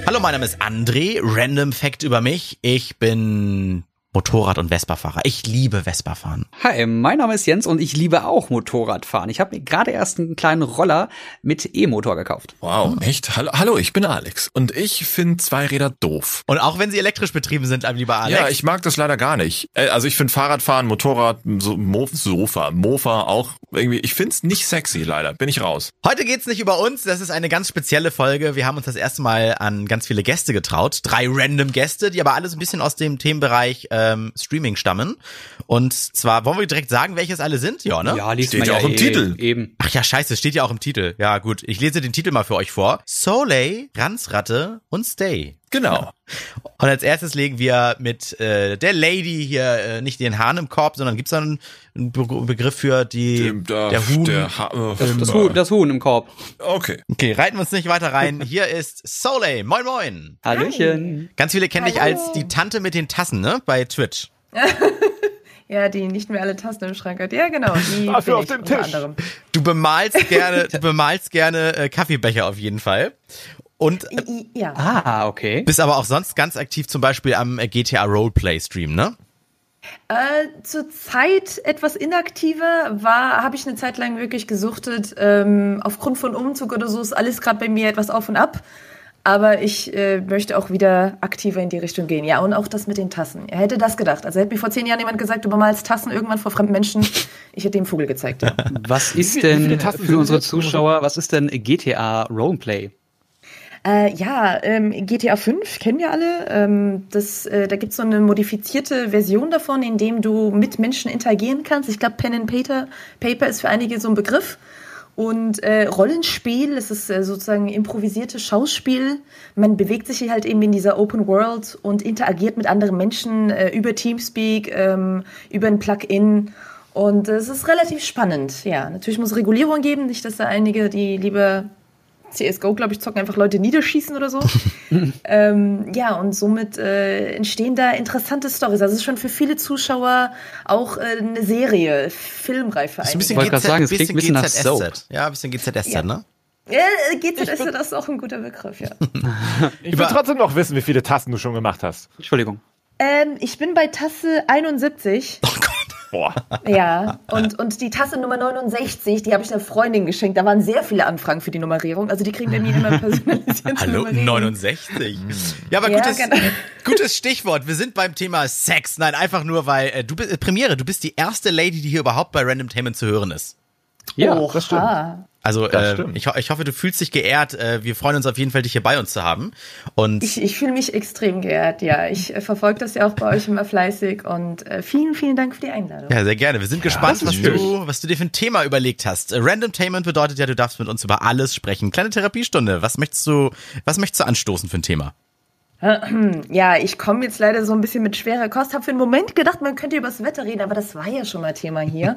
Hallo, mein Name ist André. Random Fact über mich. Ich bin Motorrad- und Vespa-Fahrer. Ich liebe Vespa-Fahren. Hi, mein Name ist Jens und ich liebe auch Motorradfahren. Ich habe mir gerade erst einen kleinen Roller mit E-Motor gekauft. Wow, echt? Hallo, ich bin Alex und ich finde Zweiräder doof. Und auch wenn sie elektrisch betrieben sind, lieber Alex. Ja, ich mag das leider gar nicht. Also ich finde Fahrradfahren, Motorrad, Mofa auch irgendwie, ich find's nicht sexy leider, bin ich raus. Heute geht's nicht über uns, das ist eine ganz spezielle Folge. Wir haben uns das erste Mal an ganz viele Gäste getraut. 3 random Gäste, die aber alle so ein bisschen aus dem Themenbereich Streaming stammen. Und zwar, wollen wir direkt sagen, welches alle sind? Ja, ne? Ja, liest Steht man ja auch im Titel. Eben. Ach ja, scheiße, steht ja auch im Titel. Ja, gut. Ich lese den Titel mal für euch vor. Soleil, Ranzratte und Stay. Genau. Und als erstes legen wir mit der Lady hier nicht den Hahn im Korb, sondern gibt's da einen Begriff für der Huhn? Das Huhn im Korb. Okay. Okay, reiten wir uns nicht weiter rein. Hier ist Soleil. Moin, moin. Hallöchen. Ganz viele kennen dich als die Tante mit den Tassen, ne? Bei Twitch. Ja, die nicht mehr alle Tassen im Schrank hat. Ja, genau. Die Dafür bin auf ich dem unter Tisch. anderem. Du bemalst gerne Kaffeebecher auf jeden Fall. Und Ja. Ah, okay. bist aber auch sonst ganz aktiv zum Beispiel am GTA Roleplay Stream, ne? Zur Zeit etwas inaktiver habe ich eine Zeit lang wirklich gesuchtet. Aufgrund von Umzug oder so ist alles gerade bei mir etwas auf und ab. Aber ich möchte auch wieder aktiver in die Richtung gehen. Ja, und auch das mit den Tassen. Er hätte das gedacht. Also hätte mir vor 10 Jahren jemand gesagt, du bemalst Tassen irgendwann vor fremden Menschen. Ich hätte dem Vogel gezeigt. Ja. Was ist Wie viele denn Tassen für sind unsere das? Zuschauer, was ist denn GTA Roleplay? GTA 5 kennen wir alle. Da gibt's so eine modifizierte Version davon, in dem du mit Menschen interagieren kannst. Ich glaube, Pen and Paper ist für einige so ein Begriff. Und Rollenspiel, es ist sozusagen improvisiertes Schauspiel. Man bewegt sich hier halt eben in dieser Open World und interagiert mit anderen Menschen über Teamspeak, über ein Plugin. Und es ist relativ spannend. Ja, natürlich muss es Regulierung geben, nicht, dass da einige, die lieber CSGO, glaube ich, zocken, einfach Leute niederschießen oder so. Und somit entstehen da interessante Storys. Also es ist schon für viele Zuschauer auch eine Serie, filmreif für Ist ein einige. bisschen wollte gerade sagen, es klingt ein bisschen nach GZSZ. Ja, ein bisschen GZSZ, Ja. ne? Ja, GZS, das ist auch ein guter Begriff, ja. Ich will trotzdem noch wissen, wie viele Tassen du schon gemacht hast. Entschuldigung. Ich bin bei Tasse 71. Oh Gott. Boah. Ja, und die Tasse Nummer 69, die habe ich einer Freundin geschenkt. Da waren sehr viele Anfragen für die Nummerierung. Also die kriegen bei mir immer personalisierte Hallo, Nummerierung. 69. Ja, aber Ja, gutes, genau. gutes Stichwort. Wir sind beim Thema Sex. Nein, einfach nur, weil du bist Premiere. Du bist die erste Lady, die hier überhaupt bei Randomtainment zu hören ist. Ja, das stimmt. Also Das stimmt. ich hoffe, du fühlst dich geehrt. Wir freuen uns auf jeden Fall, dich hier bei uns zu haben. Und Ich fühle mich extrem geehrt, ja. Ich verfolge das ja auch bei euch immer fleißig und vielen, vielen Dank für die Einladung. ja, sehr gerne. Wir sind gespannt, das ist schön. was du dir für ein Thema überlegt hast. Randomtainment bedeutet ja, du darfst mit uns über alles sprechen. Kleine Therapiestunde. Was möchtest du anstoßen für ein Thema? Ja, ich komme jetzt leider so ein bisschen mit schwerer Kost. Habe für einen Moment gedacht, man könnte über das Wetter reden, aber das war ja schon mal Thema hier.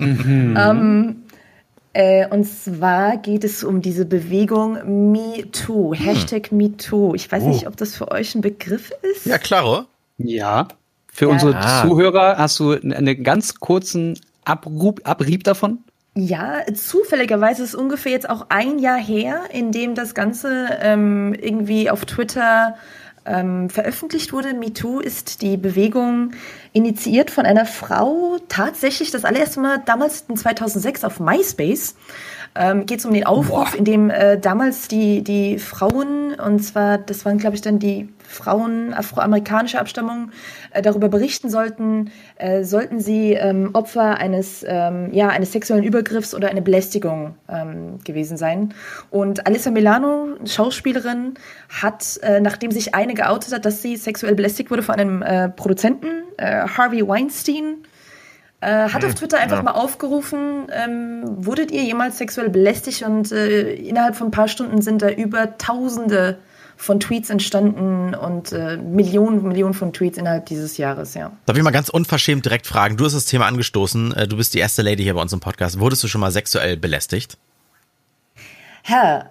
Und zwar geht es um diese Bewegung MeToo, Hashtag MeToo. Ich weiß nicht, ob das für euch ein Begriff ist. Ja, klaro. Ja. Für Ja. unsere Zuhörer hast du einen ganz kurzen Abrieb davon? Ja, zufälligerweise ist es ungefähr jetzt auch ein Jahr her, in dem das Ganze irgendwie auf Twitter veröffentlicht wurde. MeToo ist die Bewegung initiiert von einer Frau, tatsächlich das allererste Mal damals in 2006 auf MySpace. Geht es um den Aufruf, in dem damals die Frauen, und zwar, das waren glaube ich dann die Frauen afroamerikanischer Abstammung, darüber berichten sollten sie Opfer eines sexuellen Übergriffs oder einer Belästigung gewesen sein. Und Alyssa Milano, Schauspielerin, hat, nachdem sich eine geoutet hat, dass sie sexuell belästigt wurde von einem Produzenten, Harvey Weinstein, hat auf Twitter einfach mal aufgerufen, wurdet ihr jemals sexuell belästigt? Und innerhalb von ein paar Stunden sind da über Tausende von Tweets entstanden und Millionen von Tweets innerhalb dieses Jahres, ja. Darf ich mal ganz unverschämt direkt fragen? Du hast das Thema angestoßen. Du bist die erste Lady hier bei uns im Podcast. Wurdest du schon mal sexuell belästigt? Ja.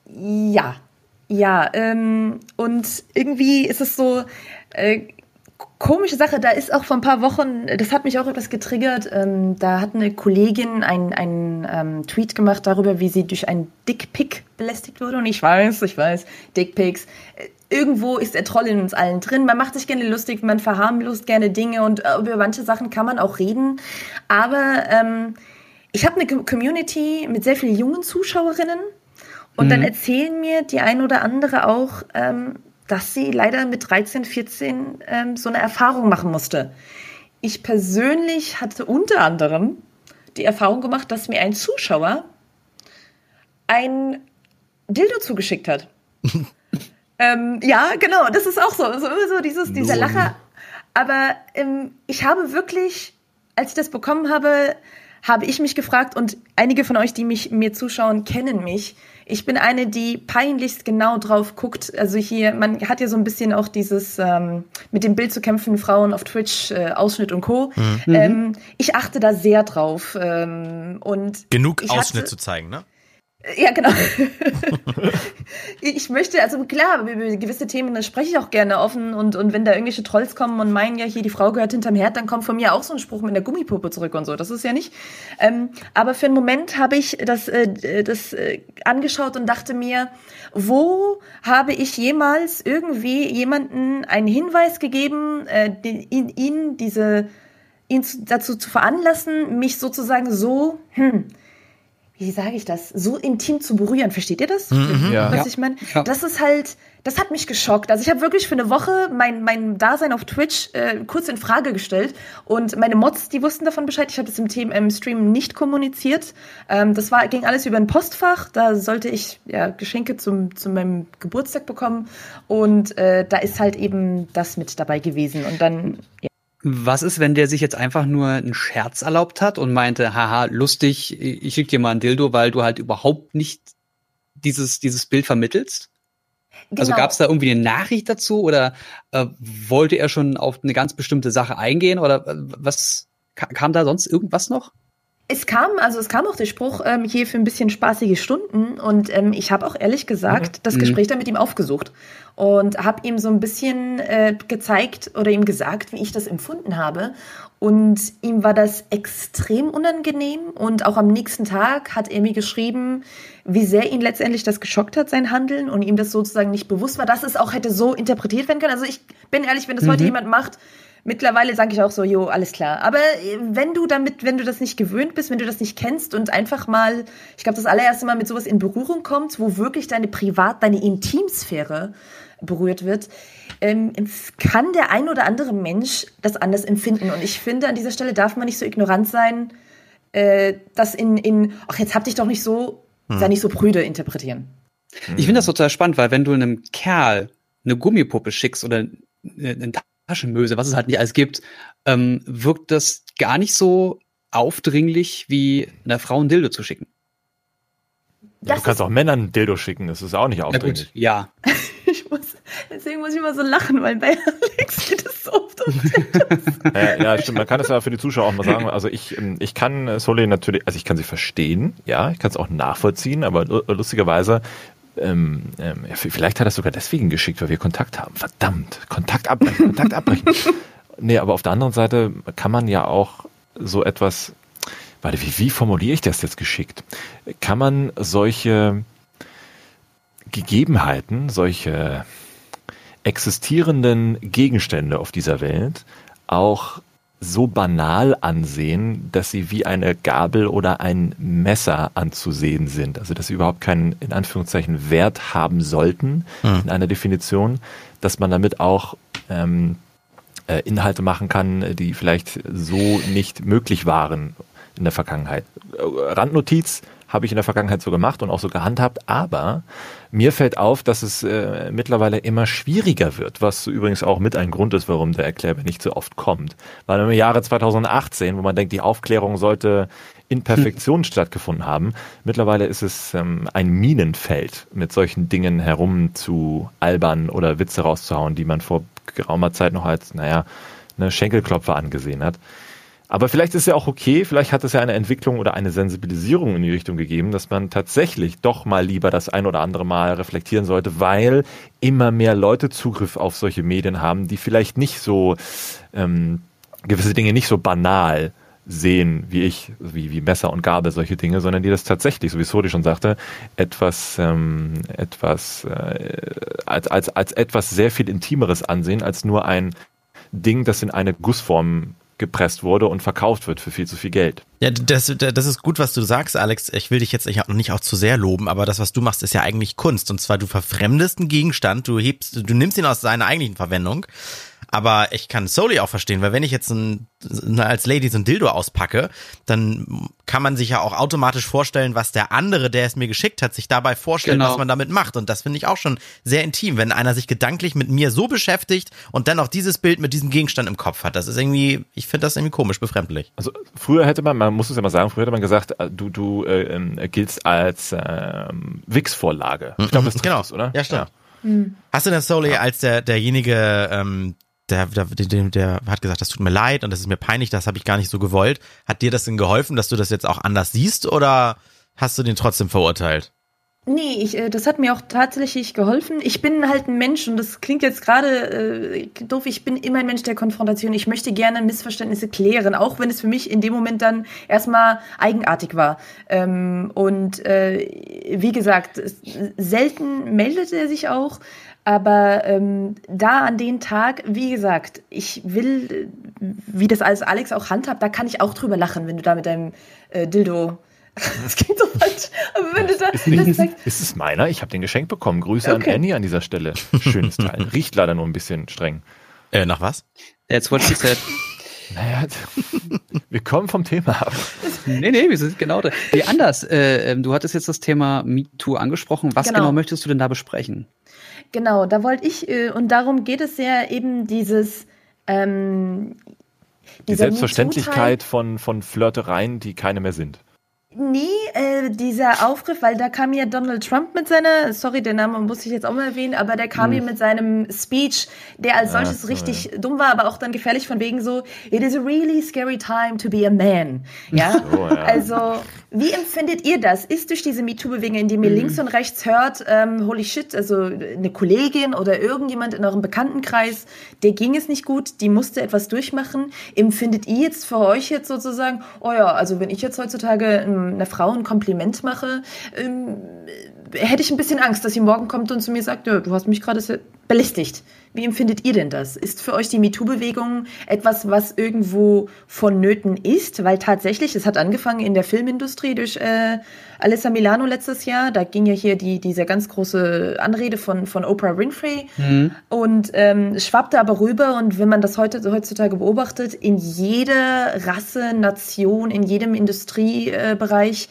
Und irgendwie ist es so, Komische Sache, da ist auch vor ein paar Wochen, das hat mich auch etwas getriggert, da hat eine Kollegin einen Tweet gemacht darüber, wie sie durch einen Dickpic belästigt wurde. Und ich weiß, Dickpics, irgendwo ist der Troll in uns allen drin. Man macht sich gerne lustig, man verharmlost gerne Dinge und über manche Sachen kann man auch reden. Aber ich habe eine Community mit sehr vielen jungen Zuschauerinnen und dann erzählen mir die ein oder andere auch, dass sie leider mit 13, 14 so eine Erfahrung machen musste. Ich persönlich hatte unter anderem die Erfahrung gemacht, dass mir ein Zuschauer ein Dildo zugeschickt hat. Ja, genau, das ist auch so dieser Lacher. Aber ich habe wirklich, als ich das bekommen habe, habe ich mich gefragt, und einige von euch, die mir zuschauen, kennen mich. Ich bin eine, die peinlichst genau drauf guckt. Also hier, man hat ja so ein bisschen auch dieses mit dem Bild zu kämpfen, Frauen auf Twitch, Ausschnitt und Co. Ich achte da sehr drauf. Und genug Ausschnitt zu zeigen, ne? Ja, genau. Ich möchte, also klar, über gewisse Themen, da spreche ich auch gerne offen, und wenn da irgendwelche Trolls kommen und meinen, ja, hier, die Frau gehört hinterm Herd, dann kommt von mir auch so ein Spruch mit der Gummipuppe zurück und so, das ist ja nicht. Aber für einen Moment habe ich das angeschaut und dachte mir, wo habe ich jemals irgendwie jemanden einen Hinweis gegeben, ihn dazu zu veranlassen, mich sozusagen so, wie sage ich das, so intim zu berühren. Versteht ihr das? Ja. Was ich meine? Ja. Das ist halt, das hat mich geschockt. Also ich habe wirklich für eine Woche mein Dasein auf Twitch kurz in Frage gestellt, und meine Mods, die wussten davon Bescheid. Ich habe das im Stream nicht kommuniziert. Ging alles über ein Postfach. Da sollte ich Geschenke zu meinem Geburtstag bekommen, und da ist halt eben das mit dabei gewesen. Und dann, ja. Was ist, wenn der sich jetzt einfach nur einen Scherz erlaubt hat und meinte, haha, lustig, ich schick dir mal ein Dildo, weil du halt überhaupt nicht dieses Bild vermittelst? Genau. Also gab es da irgendwie eine Nachricht dazu, oder wollte er schon auf eine ganz bestimmte Sache eingehen, oder was kam da sonst irgendwas noch? Es kam auch der Spruch, hier für ein bisschen spaßige Stunden, und ich habe auch ehrlich gesagt das Gespräch dann mit ihm aufgesucht und habe ihm so ein bisschen gezeigt oder ihm gesagt, wie ich das empfunden habe, und ihm war das extrem unangenehm, und auch am nächsten Tag hat er mir geschrieben, wie sehr ihn letztendlich das geschockt hat, sein Handeln, und ihm das sozusagen nicht bewusst war, dass es auch hätte so interpretiert werden können. Also ich bin ehrlich, wenn das heute jemand macht, mittlerweile sage ich auch so, jo, alles klar. Aber wenn du das nicht gewöhnt bist, wenn du das nicht kennst und einfach mal, ich glaube, das allererste Mal mit sowas in Berührung kommst, wo wirklich deine Intimsphäre berührt wird, kann der ein oder andere Mensch das anders empfinden. Und ich finde, an dieser Stelle darf man nicht so ignorant sein, das ach, jetzt hab dich doch nicht so, sei nicht so prüde interpretieren. Ich finde das total spannend, weil wenn du einem Kerl eine Gummipuppe schickst oder eine Taschenmöse, was es halt nicht alles gibt, wirkt das gar nicht so aufdringlich, wie einer Frau ein Dildo zu schicken. Ja, du kannst auch Männern ein Dildo schicken, das ist auch nicht aufdringlich. Ja. Deswegen muss ich immer so lachen, weil bei Alex geht es so oft um ja, stimmt. Man kann es ja für die Zuschauer auch mal sagen. Also ich kann Solé natürlich, also ich kann sie verstehen, ja, ich kann es auch nachvollziehen, aber lustigerweise, vielleicht hat er es sogar deswegen geschickt, weil wir Kontakt haben. Verdammt, Kontakt abbrechen. Nee, aber auf der anderen Seite kann man ja auch so etwas, warte, wie formuliere ich das jetzt geschickt? Kann man solche Gegebenheiten, solche existierenden Gegenstände auf dieser Welt auch so banal ansehen, dass sie wie eine Gabel oder ein Messer anzusehen sind. Also dass sie überhaupt keinen, in Anführungszeichen, Wert haben sollten in einer Definition, dass man damit auch Inhalte machen kann, die vielleicht so nicht möglich waren in der Vergangenheit. Randnotiz: habe ich in der Vergangenheit so gemacht und auch so gehandhabt, aber mir fällt auf, dass es mittlerweile immer schwieriger wird, was übrigens auch mit ein Grund ist, warum der Erklärbär nicht so oft kommt. Weil im Jahre 2018, wo man denkt, die Aufklärung sollte in Perfektion stattgefunden haben, mittlerweile ist es ein Minenfeld, mit solchen Dingen herum zu albern oder Witze rauszuhauen, die man vor geraumer Zeit noch als, eine Schenkelklopfer angesehen hat. Aber vielleicht ist es ja auch okay, vielleicht hat es ja eine Entwicklung oder eine Sensibilisierung in die Richtung gegeben, dass man tatsächlich doch mal lieber das ein oder andere Mal reflektieren sollte, weil immer mehr Leute Zugriff auf solche Medien haben, die vielleicht nicht so gewisse Dinge nicht so banal sehen wie ich, wie Messer und Gabel, solche Dinge, sondern die das tatsächlich, so wie Sodi schon sagte, als etwas sehr viel Intimeres ansehen, als nur ein Ding, das in eine Gussform gepresst wurde und verkauft wird für viel zu viel Geld. Ja, das ist gut, was du sagst, Alex. Ich will dich jetzt nicht auch zu sehr loben, aber das, was du machst, ist ja eigentlich Kunst. Und zwar, du verfremdest einen Gegenstand, du nimmst ihn aus seiner eigentlichen Verwendung. Aber ich kann Soli auch verstehen, weil wenn ich jetzt als Lady so ein Dildo auspacke, dann kann man sich ja auch automatisch vorstellen, was der andere, der es mir geschickt hat, sich dabei vorstellt, was man damit macht. Und das finde ich auch schon sehr intim, wenn einer sich gedanklich mit mir so beschäftigt und dann auch dieses Bild mit diesem Gegenstand im Kopf hat. Das ist irgendwie, ich finde das irgendwie komisch, befremdlich. Also früher hätte man muss es ja mal sagen, früher hätte man gesagt, du giltst als Wix-Vorlage. Ich glaube, das trifft es, oder? Ja, stimmt. Ja. Hast du denn Soli als derjenige, der hat gesagt, das tut mir leid und das ist mir peinlich, das habe ich gar nicht so gewollt. Hat dir das denn geholfen, dass du das jetzt auch anders siehst oder hast du den trotzdem verurteilt? Nee, das hat mir auch tatsächlich geholfen. Ich bin halt ein Mensch und das klingt jetzt gerade doof. Ich bin immer ein Mensch der Konfrontation. Ich möchte gerne Missverständnisse klären, auch wenn es für mich in dem Moment dann erstmal eigenartig war. Wie gesagt, selten meldet er sich auch. Aber da an den Tag, wie gesagt, ich will, wie das alles Alex auch handhabt, da kann ich auch drüber lachen, wenn du da mit deinem Dildo... Das klingt so falsch. Aber wenn du da, ist es meiner? Ich habe den geschenkt bekommen. Grüße an Annie an dieser Stelle. Schönes Teil. Riecht leider nur ein bisschen streng. Nach was? That's what she said. Naja, wir kommen vom Thema ab. Nee, wir sind genau da. Nee, anders. Du hattest jetzt das Thema MeToo angesprochen. Was genau möchtest du denn da besprechen? Genau, da wollte ich, und darum geht es ja eben die Selbstverständlichkeit von Flirtereien, die keine mehr sind. Nee, dieser Aufgriff, weil da kam ja Donald Trump mit seiner, sorry, den Namen muss ich jetzt auch mal erwähnen, aber der kam hier mit seinem Speech, der als solches richtig dumm war, aber auch dann gefährlich von wegen so, it is a really scary time to be a man. Ja, so, ja. Also, wie empfindet ihr das? Ist durch diese MeToo-Bewegung, in dem ihr links und rechts hört, holy shit, also eine Kollegin oder irgendjemand in eurem Bekanntenkreis, der ging es nicht gut, die musste etwas durchmachen. Empfindet ihr jetzt für euch jetzt sozusagen, oh ja, also wenn ich jetzt heutzutage einer Frau ein Kompliment mache, hätte ich ein bisschen Angst, dass sie morgen kommt und zu mir sagt, ja, du hast mich gerade belästigt. Wie empfindet ihr denn das? Ist für euch die MeToo-Bewegung etwas, was irgendwo vonnöten ist? Weil tatsächlich, es hat angefangen in der Filmindustrie durch Alyssa Milano letztes Jahr. Da ging ja hier diese ganz große Anrede von Oprah Winfrey und schwappte aber rüber. Und wenn man das heutzutage beobachtet, in jeder Rasse, Nation, in jedem Industriebereich,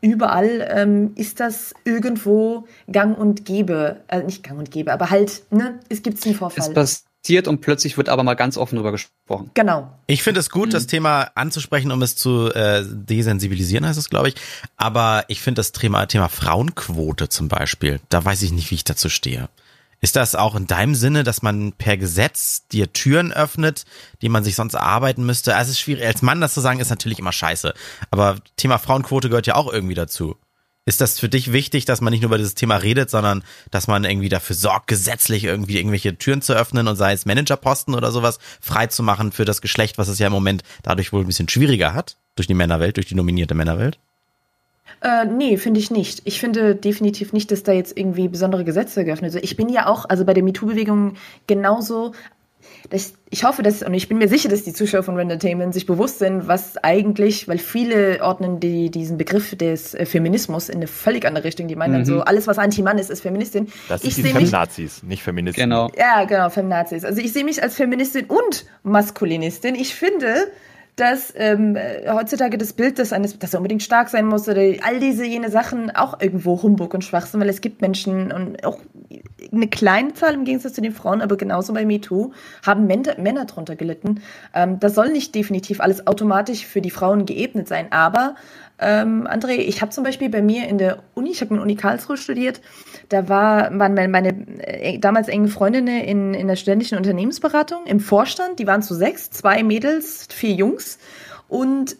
überall ist das irgendwo gang und gäbe. Nicht gang und gäbe, aber halt, es gibt einen Vorfall. Es passiert und plötzlich wird aber mal ganz offen drüber gesprochen. Genau. Ich finde es gut, das Thema anzusprechen, um es zu desensibilisieren, heißt es, glaube ich. Aber ich finde das Thema Frauenquote zum Beispiel, da weiß ich nicht, wie ich dazu stehe. Ist das auch in deinem Sinne, dass man per Gesetz dir Türen öffnet, die man sich sonst erarbeiten müsste? Also es ist schwierig, als Mann das zu sagen, ist natürlich immer scheiße. Aber Thema Frauenquote gehört ja auch irgendwie dazu. Ist das für dich wichtig, dass man nicht nur über dieses Thema redet, sondern dass man irgendwie dafür sorgt, gesetzlich irgendwie irgendwelche Türen zu öffnen und sei es Managerposten oder sowas frei zu machen für das Geschlecht, was es ja im Moment dadurch wohl ein bisschen schwieriger hat, durch die Männerwelt, durch die dominierte Männerwelt? Nee, finde ich nicht. Ich finde definitiv nicht, dass da jetzt irgendwie besondere Gesetze geöffnet sind. Ich bin ja auch, also bei der MeToo-Bewegung genauso, ich hoffe, und ich bin mir sicher, dass die Zuschauer von Rendertainment sich bewusst sind, was eigentlich, weil viele ordnen diesen Begriff des Feminismus in eine völlig andere Richtung. Die meinen dann so, alles, was Anti-Mann ist Feministin. Das sind die Femnazis, nicht Feministin. Genau. Ja, genau, Femnazis. Also ich sehe mich als Feministin und Maskulinistin. Ich finde, dass heutzutage das Bild, dass er unbedingt stark sein muss oder all jene Sachen auch irgendwo Humbug und Schwachsinn, weil es gibt Menschen und auch eine kleine Zahl im Gegensatz zu den Frauen, aber genauso bei MeToo haben Männer drunter gelitten. Das soll nicht definitiv alles automatisch für die Frauen geebnet sein, aber André, ich habe zum Beispiel bei mir in der Uni, ich habe in Uni Karlsruhe studiert, da waren meine damals engen Freundinnen in der studentischen Unternehmensberatung im Vorstand, die waren zu 6, 2 Mädels, 4 Jungs Und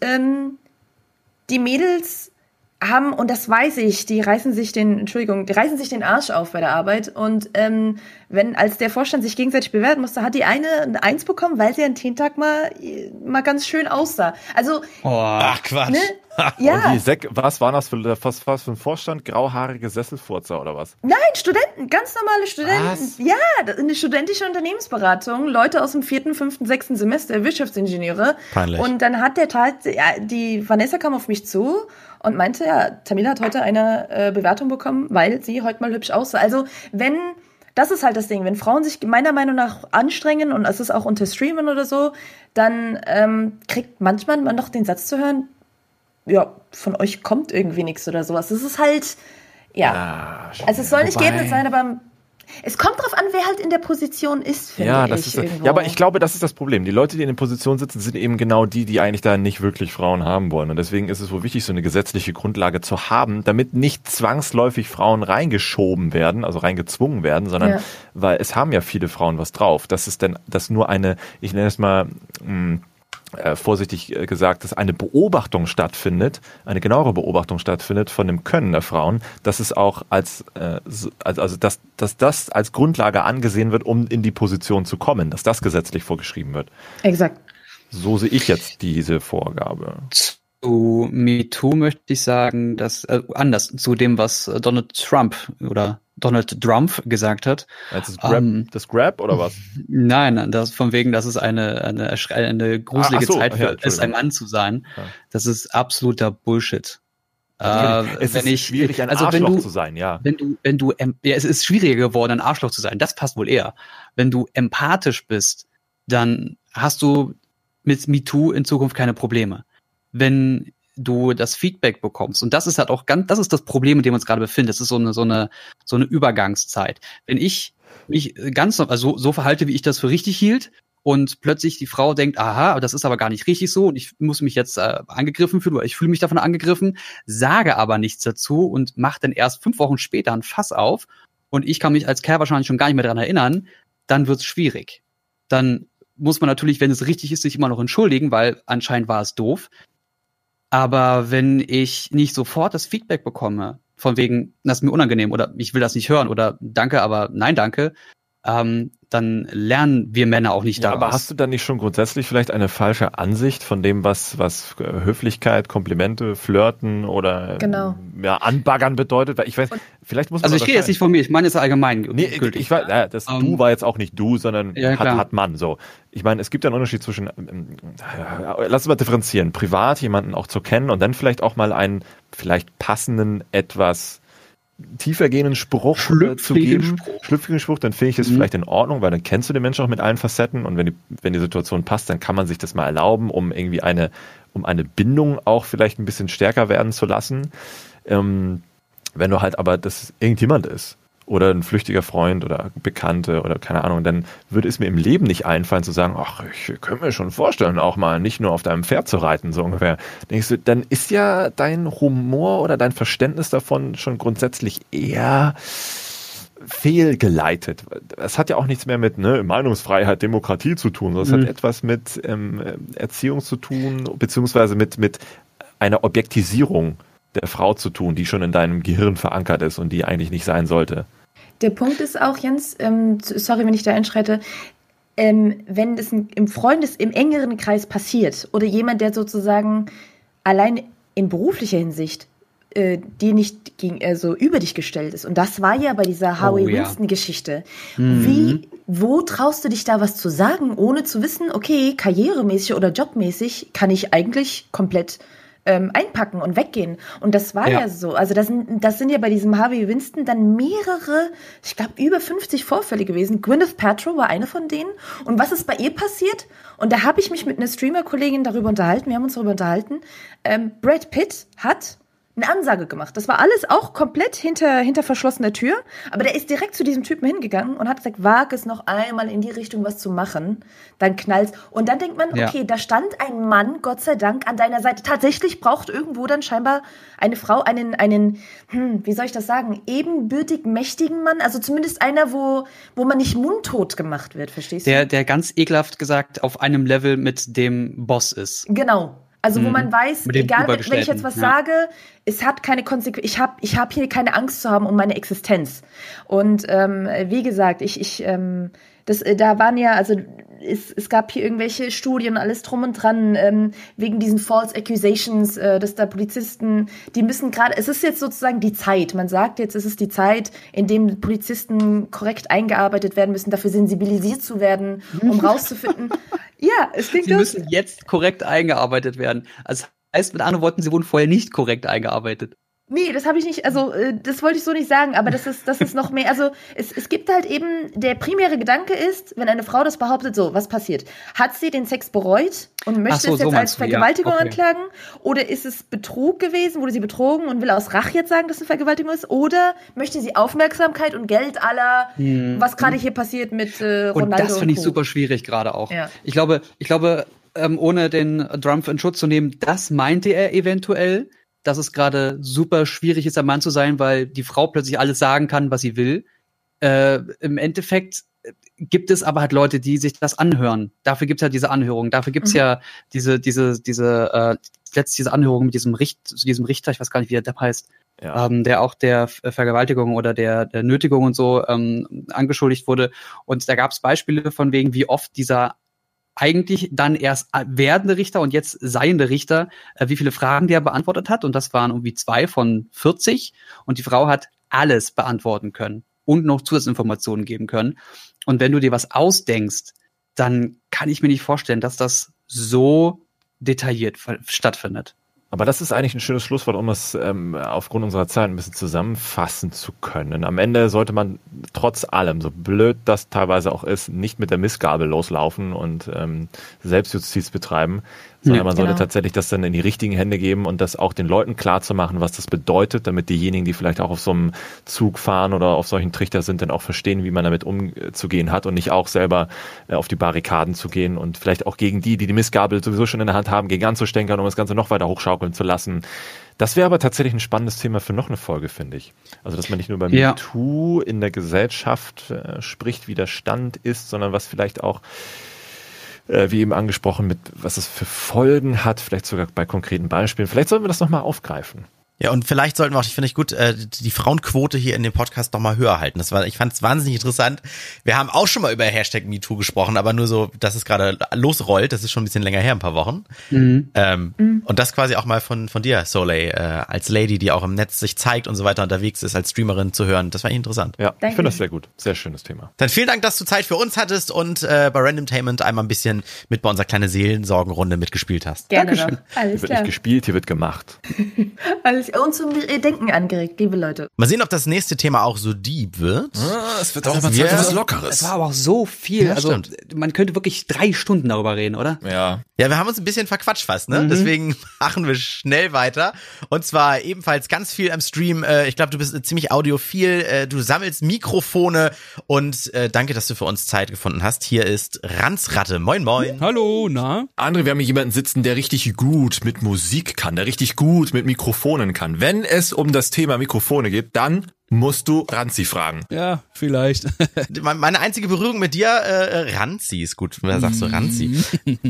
die Mädels haben, und das weiß ich, die reißen sich den Arsch auf bei der Arbeit. Und wenn als der Vorstand sich gegenseitig bewerten musste, hat die eine 1 bekommen, weil sie an den Tag mal ganz schön aussah. Also Ach, Quatsch. Ne? Ja. Und was war das für ein Vorstand? Grauhaarige Sesselfurzer oder was? Nein, Studenten, ganz normale Studenten. Was? Ja, eine studentische Unternehmensberatung, Leute aus dem 4., 5., 6. Semester, Wirtschaftsingenieure. Peinlich. Und dann hat die Vanessa kam auf mich zu und meinte, ja, Tamila hat heute eine Bewertung bekommen, weil sie heute mal hübsch aussah. Also das ist halt das Ding, wenn Frauen sich meiner Meinung nach anstrengen, und es ist auch unter Streamen oder so, dann kriegt manchmal man noch den Satz zu hören, ja, von euch kommt irgendwie nichts oder sowas. Das ist halt, also es soll nicht geebnet sein, aber es kommt drauf an, wer halt in der Position ist, finde ich. Irgendwo. Ja, aber ich glaube, das ist das Problem. Die Leute, die in der Position sitzen, sind eben genau die eigentlich da nicht wirklich Frauen haben wollen. Und deswegen ist es wohl wichtig, so eine gesetzliche Grundlage zu haben, damit nicht zwangsläufig Frauen reingeschoben werden, also reingezwungen werden, sondern weil es haben ja viele Frauen was drauf. Das ist denn, dass nur eine, ich nenne es mal, vorsichtig gesagt, dass eine Beobachtung stattfindet, eine genauere Beobachtung stattfindet von dem Können der Frauen, dass es auch dass das als Grundlage angesehen wird, um in die Position zu kommen, dass das gesetzlich vorgeschrieben wird. Exakt. So sehe ich jetzt diese Vorgabe. Zu MeToo möchte ich sagen, dass anders zu dem, was Donald Trump gesagt hat. Also das Grab oder was? Nein, das von wegen, dass es eine gruselige Zeit ist, ein Mann zu sein. Ja. Das ist absoluter Bullshit. Es ist schwierig, ein Arschloch zu sein, ja. Es ist schwieriger geworden, ein Arschloch zu sein. Das passt wohl eher. Wenn du empathisch bist, dann hast du mit MeToo in Zukunft keine Probleme. Wenn du das Feedback bekommst, und das ist halt auch das ist das Problem, in dem wir uns gerade befinden. Das ist so eine Übergangszeit. Wenn ich mich so verhalte, wie ich das für richtig hielt, und plötzlich die Frau denkt, aha, das ist aber gar nicht richtig so, und ich muss mich jetzt angegriffen fühlen, oder ich fühle mich davon angegriffen, sage aber nichts dazu und mache dann erst 5 Wochen später ein Fass auf, und ich kann mich als Kerl wahrscheinlich schon gar nicht mehr daran erinnern, dann wird's schwierig. Dann muss man natürlich, wenn es richtig ist, sich immer noch entschuldigen, weil anscheinend war es doof. Aber wenn ich nicht sofort das Feedback bekomme, von wegen, das ist mir unangenehm oder ich will das nicht hören oder danke, aber nein, danke, dann lernen wir Männer auch nicht daraus. Aber hast du dann nicht schon grundsätzlich vielleicht eine falsche Ansicht von dem, was Höflichkeit, Komplimente, Flirten oder Anbaggern bedeutet? Weil ich weiß, vielleicht muss man. Also ich rede jetzt nicht von mir, ich meine jetzt allgemein. Ich weiß, du war jetzt auch nicht du, sondern hat Mann. So, ich meine, es gibt ja einen Unterschied zwischen, lass uns mal differenzieren, privat jemanden auch zu kennen und dann vielleicht auch mal einen vielleicht passenden, etwas tiefergehenden Spruch zu geben, schlüpfrigen Spruch, dann finde ich das vielleicht in Ordnung, weil dann kennst du den Menschen auch mit allen Facetten, und wenn die Situation passt, dann kann man sich das mal erlauben, um irgendwie eine Bindung auch vielleicht ein bisschen stärker werden zu lassen. Wenn du halt aber das irgendjemand ist oder ein flüchtiger Freund oder Bekannte oder keine Ahnung, dann würde es mir im Leben nicht einfallen zu sagen, ach, ich könnte mir schon vorstellen, auch mal nicht nur auf deinem Pferd zu reiten, so ungefähr. Denkst du, dann ist ja dein Humor oder dein Verständnis davon schon grundsätzlich eher fehlgeleitet. Es hat ja auch nichts mehr mit Meinungsfreiheit, Demokratie zu tun, sondern es hat etwas mit Erziehung zu tun, beziehungsweise mit einer Objektisierung der Frau zu tun, die schon in deinem Gehirn verankert ist und die eigentlich nicht sein sollte. Der Punkt ist auch, Jens, sorry, wenn ich da einschreite, wenn das im engeren Kreis passiert oder jemand, der sozusagen allein in beruflicher Hinsicht dir nicht über dich gestellt ist. Und das war ja bei dieser Howie Winston-Geschichte. Wo traust du dich da was zu sagen, ohne zu wissen, okay, karrieremäßig oder jobmäßig kann ich eigentlich komplett einpacken und weggehen. Und das war ja so. Also das sind ja bei diesem Harvey Winston dann mehrere, ich glaube über 50 Vorfälle gewesen. Gwyneth Paltrow war eine von denen. Und was ist bei ihr passiert? Und da habe ich mich mit einer Streamer-Kollegin darüber unterhalten. Wir haben uns darüber unterhalten. Brad Pitt hat eine Ansage gemacht. Das war alles auch komplett hinter verschlossener Tür. Aber der ist direkt zu diesem Typen hingegangen und hat gesagt, wag es noch einmal in die Richtung was zu machen. Dann knallt's. Und dann denkt man, okay, da stand ein Mann, Gott sei Dank, an deiner Seite. Tatsächlich braucht irgendwo dann scheinbar eine Frau einen wie soll ich das sagen, ebenbürtig mächtigen Mann. Also zumindest einer, wo man nicht mundtot gemacht wird, verstehst du? Der ganz ekelhaft gesagt auf einem Level mit dem Boss ist. Genau. Also wo man weiß, Mit den egal, wenn ich jetzt Übergestellten, was ja. sage, es hat keine Konsequenz. Ich hab hier keine Angst zu haben um meine Existenz. Und wie gesagt, da waren ja, also es gab hier irgendwelche Studien, alles drum und dran, wegen diesen False Accusations, dass da Polizisten, die müssen gerade, es ist jetzt sozusagen die Zeit, man sagt jetzt, es ist die Zeit, in dem Polizisten korrekt eingearbeitet werden müssen, dafür sensibilisiert zu werden, um rauszufinden, ja, es klingt Sie müssen jetzt korrekt eingearbeitet werden. Also heißt mit anderen Worten, sie wurden vorher nicht korrekt eingearbeitet. Nee, das habe ich nicht, also das wollte ich so nicht sagen, aber das ist noch mehr, also es gibt halt eben, der primäre Gedanke ist, wenn eine Frau das behauptet, so, was passiert? Hat sie den Sex bereut und möchte es jetzt als Vergewaltigung anklagen? Oder ist es Betrug gewesen, wurde sie betrogen und will aus Rache jetzt sagen, dass es eine Vergewaltigung ist? Oder möchte sie Aufmerksamkeit und Geld aller, was gerade hier passiert mit Ronaldo und das finde ich Co. super schwierig gerade auch. Ja. Ich glaube, ohne den Trump in Schutz zu nehmen, das meinte er eventuell, dass es gerade super schwierig ist, ein Mann zu sein, weil die Frau plötzlich alles sagen kann, was sie will. Im Endeffekt gibt es aber halt Leute, die sich das anhören. Dafür gibt es halt diese Anhörung. Dafür gibt es ja diese Anhörung mit diesem Richter, ich weiß gar nicht, wie der heißt, der auch der Vergewaltigung oder der Nötigung und so angeschuldigt wurde. Und da gab es Beispiele von wegen, wie oft dieser eigentlich dann erst werdende Richter und jetzt seiende Richter, wie viele Fragen der beantwortet hat. Und das waren irgendwie 2 von 40. Und die Frau hat alles beantworten können und noch Zusatzinformationen geben können. Und wenn du dir was ausdenkst, dann kann ich mir nicht vorstellen, dass das so detailliert stattfindet. Aber das ist eigentlich ein schönes Schlusswort, um es aufgrund unserer Zeit ein bisschen zusammenfassen zu können. Am Ende sollte man trotz allem, so blöd das teilweise auch ist, nicht mit der Missgabel loslaufen und Selbstjustiz betreiben, sondern man sollte tatsächlich das dann in die richtigen Hände geben und das auch den Leuten klar zu machen, was das bedeutet, damit diejenigen, die vielleicht auch auf so einem Zug fahren oder auf solchen Trichter sind, dann auch verstehen, wie man damit umzugehen hat und nicht auch selber auf die Barrikaden zu gehen und vielleicht auch gegen die Missgabel sowieso schon in der Hand haben, gegen anzustänkern, um das Ganze noch weiter hochschaukeln zu lassen. Das wäre aber tatsächlich ein spannendes Thema für noch eine Folge, finde ich. Also, dass man nicht nur bei MeToo in der Gesellschaft spricht, wie der Stand ist, sondern was vielleicht auch wie eben angesprochen, mit was es für Folgen hat, vielleicht sogar bei konkreten Beispielen. Vielleicht sollten wir das nochmal aufgreifen. Ja, und vielleicht sollten wir auch, finde ich gut, die Frauenquote hier in dem Podcast noch mal höher halten. Ich fand es wahnsinnig interessant. Wir haben auch schon mal über Hashtag MeToo gesprochen, aber nur so, dass es gerade losrollt. Das ist schon ein bisschen länger her, ein paar Wochen. Und das quasi auch mal von dir, Soleil, als Lady, die auch im Netz sich zeigt und so weiter unterwegs ist, als Streamerin zu hören. Das war interessant. Ja, ich finde das sehr gut. Sehr schönes Thema. Dann vielen Dank, dass du Zeit für uns hattest und bei Randomtainment einmal ein bisschen mit bei unserer kleinen Seelensorgenrunde mitgespielt hast. Gerne Dankeschön. noch. Alles Hier wird klar. nicht gespielt, hier wird gemacht. Alles und zum Denken angeregt, liebe Leute. Mal sehen, ob das nächste Thema auch so deep wird. Es wird auch immer Zeit für was Lockeres. Es war aber auch so viel. Ja, also stimmt. man könnte wirklich 3 Stunden darüber reden, oder? Ja. Ja, wir haben uns ein bisschen verquatscht fast, ne? Deswegen machen wir schnell weiter. Und zwar ebenfalls ganz viel am Stream. Ich glaube, du bist ziemlich audiophil. Du sammelst Mikrofone und danke, dass du für uns Zeit gefunden hast. Hier ist Ranzratte. Moin, moin. Hallo, na? André, wir haben hier jemanden sitzen, der richtig gut mit Musik kann, der richtig gut mit Mikrofonen kann. Wenn es um das Thema Mikrofone geht, dann musst du Ranzi fragen. Ja, vielleicht. Meine einzige Berührung mit dir, Ranzi ist gut, da sagst du Ranzi.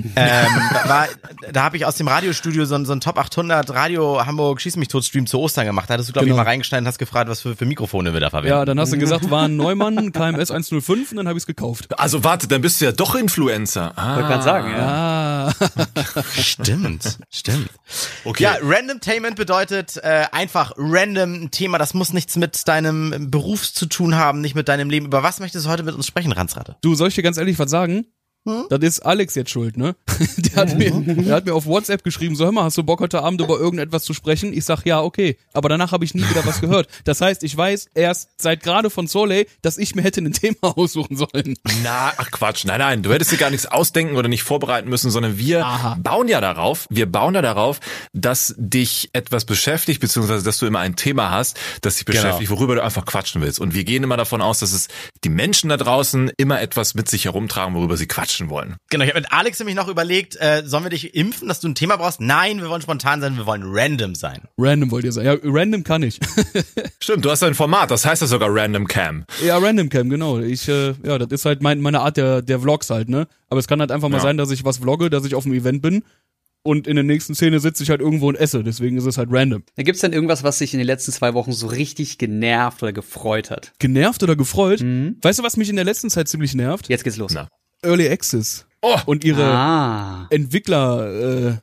Da habe ich aus dem Radiostudio so ein Top 800 Radio Hamburg Schieß mich tot Stream zu Ostern gemacht. Da hattest du, glaube ich, mal reingeschnitten und hast gefragt, was für Mikrofone wir da verwenden. Ja, dann hast du gesagt, war ein Neumann, KMS 105 und dann habe ich es gekauft. Also warte, dann bist du ja doch Influencer. Wollte gerade sagen, ja. Ah. Stimmt. Okay. Ja, Randomtainment bedeutet einfach random ein Thema, das muss nichts mit deinem Beruf zu tun haben, nicht mit deinem Leben. Über was möchtest du heute mit uns sprechen, Ranzratte? Du, soll ich dir ganz ehrlich was sagen? Das ist Alex jetzt schuld, ne? Der hat mir auf WhatsApp geschrieben, so hör mal, hast du Bock heute Abend über irgendetwas zu sprechen? Ich sag, ja, okay. Aber danach habe ich nie wieder was gehört. Das heißt, ich weiß erst seit gerade von Soleil, dass ich mir hätte ein Thema aussuchen sollen. Na, ach Quatsch, nein, du hättest dir gar nichts ausdenken oder nicht vorbereiten müssen, sondern wir bauen ja darauf, dass dich etwas beschäftigt, beziehungsweise dass du immer ein Thema hast, das dich beschäftigt, worüber du einfach quatschen willst. Und wir gehen immer davon aus, dass es die Menschen da draußen immer etwas mit sich herumtragen, worüber sie quatschen wollen. Genau, ich habe mit Alex nämlich noch überlegt, sollen wir dich impfen, dass du ein Thema brauchst? Nein, wir wollen spontan sein, wir wollen random sein. Random wollt ihr sagen. Ja, random kann ich. Stimmt, du hast ein Format, das heißt ja sogar Random Cam. Ja, Random Cam, genau. Das ist halt meine Art der Vlogs halt, ne? Aber es kann halt einfach mal sein, dass ich was vlogge, dass ich auf einem Event bin und in der nächsten Szene sitze ich halt irgendwo und esse, deswegen ist es halt random. Gibt's denn irgendwas, was dich in den letzten 2 Wochen so richtig genervt oder gefreut hat? Genervt oder gefreut? Weißt du, was mich in der letzten Zeit ziemlich nervt? Jetzt geht's los. Early Access. Und ihre Entwickler,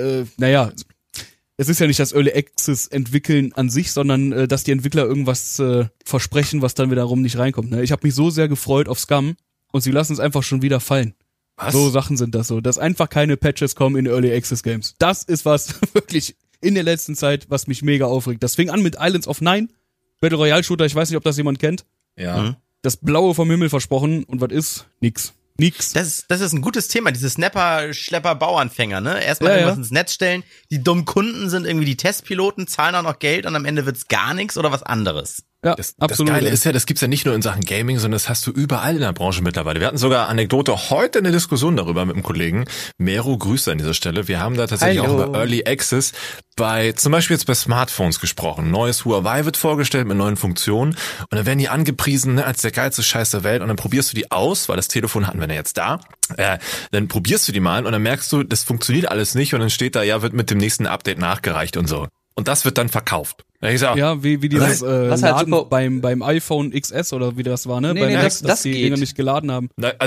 es ist ja nicht das Early Access Entwickeln an sich, sondern dass die Entwickler irgendwas versprechen, was dann wiederum nicht reinkommt. Ne? Ich habe mich so sehr gefreut auf Scum und sie lassen es einfach schon wieder fallen. Was? So Sachen sind das so, dass einfach keine Patches kommen in Early Access Games. Das ist was wirklich in der letzten Zeit, was mich mega aufregt. Das fing an mit Islands of Nine, Battle Royale Shooter, ich weiß nicht, ob das jemand kennt. Ja. Das Blaue vom Himmel versprochen und was ist? Nix. Das ist ein gutes Thema, diese Snapper-Schlepper-Bauernfänger, ne? Erstmal irgendwas ins Netz stellen, die dummen Kunden sind irgendwie die Testpiloten, zahlen auch noch Geld und am Ende wird's gar nichts oder was anderes. Ja, Das absolut. Geile ist ja, das gibt's ja nicht nur in Sachen Gaming, sondern das hast du überall in der Branche mittlerweile. Wir hatten sogar Anekdote heute eine Diskussion darüber mit einem Kollegen. Mero, Grüße an dieser Stelle. Wir haben da tatsächlich auch über Early Access zum Beispiel jetzt bei Smartphones gesprochen. Neues Huawei wird vorgestellt mit neuen Funktionen und dann werden die angepriesen, ne, als der geilste Scheiß der Welt und dann probierst du die aus, weil das Telefon hatten wir ja jetzt da. Dann probierst du die mal und dann merkst du, das funktioniert alles nicht und dann steht da, ja, wird mit dem nächsten Update nachgereicht und so. Und das wird dann verkauft. Ja, wie dieses was Laden halt beim iPhone XS oder wie das war, ne? Nee, dass die geht. Dinger nicht geladen haben.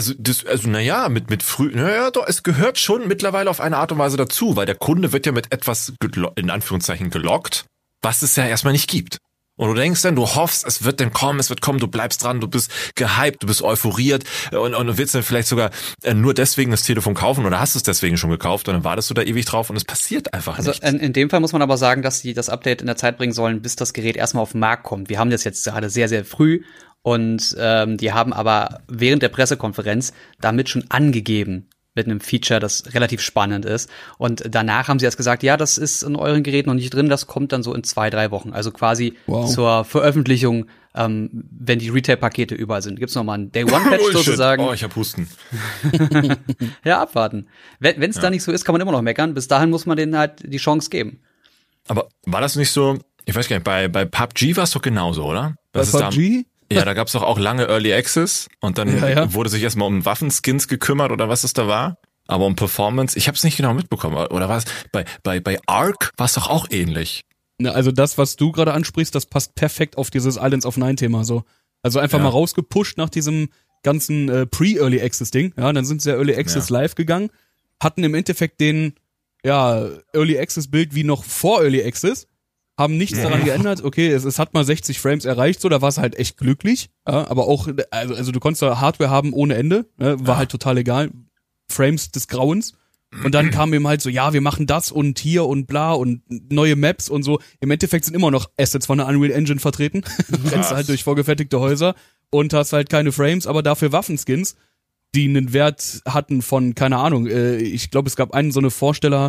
Mit früh, doch, es gehört schon mittlerweile auf eine Art und Weise dazu, weil der Kunde wird ja mit etwas in Anführungszeichen gelockt, was es ja erstmal nicht gibt. Und du denkst dann, du hoffst, es wird kommen, du bleibst dran, du bist gehypt, du bist euphoriert und du willst dann vielleicht sogar nur deswegen das Telefon kaufen oder hast es deswegen schon gekauft und dann wartest du da ewig drauf und es passiert einfach nichts. Also in dem Fall muss man aber sagen, dass sie das Update in der Zeit bringen sollen, bis das Gerät erstmal auf den Markt kommt. Wir haben das jetzt gerade sehr, sehr früh und die haben aber während der Pressekonferenz damit schon angegeben, mit einem Feature, das relativ spannend ist. Und danach haben sie erst gesagt, ja, das ist in euren Geräten noch nicht drin, das kommt dann so in 2-3 Wochen. Also quasi zur Veröffentlichung, wenn die Retail-Pakete überall sind. Gibt's noch mal einen Day-One-Patch sozusagen. Oh, ich hab Husten. Ja, abwarten. Wenn es da nicht so ist, kann man immer noch meckern. Bis dahin muss man denen halt die Chance geben. Aber war das nicht so, ich weiß gar nicht, bei PUBG war es doch genauso, oder? Bei PUBG? Ja, da gab's doch auch lange Early Access und dann wurde sich erstmal um Waffenskins gekümmert oder was es da war. Aber um Performance, ich habe es nicht genau mitbekommen. Oder was? Bei Ark war es doch auch ähnlich. Na, also das, was du gerade ansprichst, das passt perfekt auf dieses Islands of Nine Thema so. Also einfach mal rausgepusht nach diesem ganzen Pre-Early Access Ding. Ja, dann sind sie ja Early Access live gegangen, hatten im Endeffekt den Early Access Bild wie noch vor Early Access. Haben nichts daran geändert, okay, es hat mal 60 Frames erreicht, so, da war es halt echt glücklich, ja, aber auch, also du konntest da Hardware haben ohne Ende, war halt total egal, Frames des Grauens und dann kam eben halt so, ja, wir machen das und hier und bla und neue Maps und so, im Endeffekt sind immer noch Assets von der Unreal Engine vertreten, rennst halt durch vorgefertigte Häuser und hast halt keine Frames, aber dafür Waffenskins, die einen Wert hatten von, keine Ahnung, ich glaube, es gab einen so eine Vorsteller,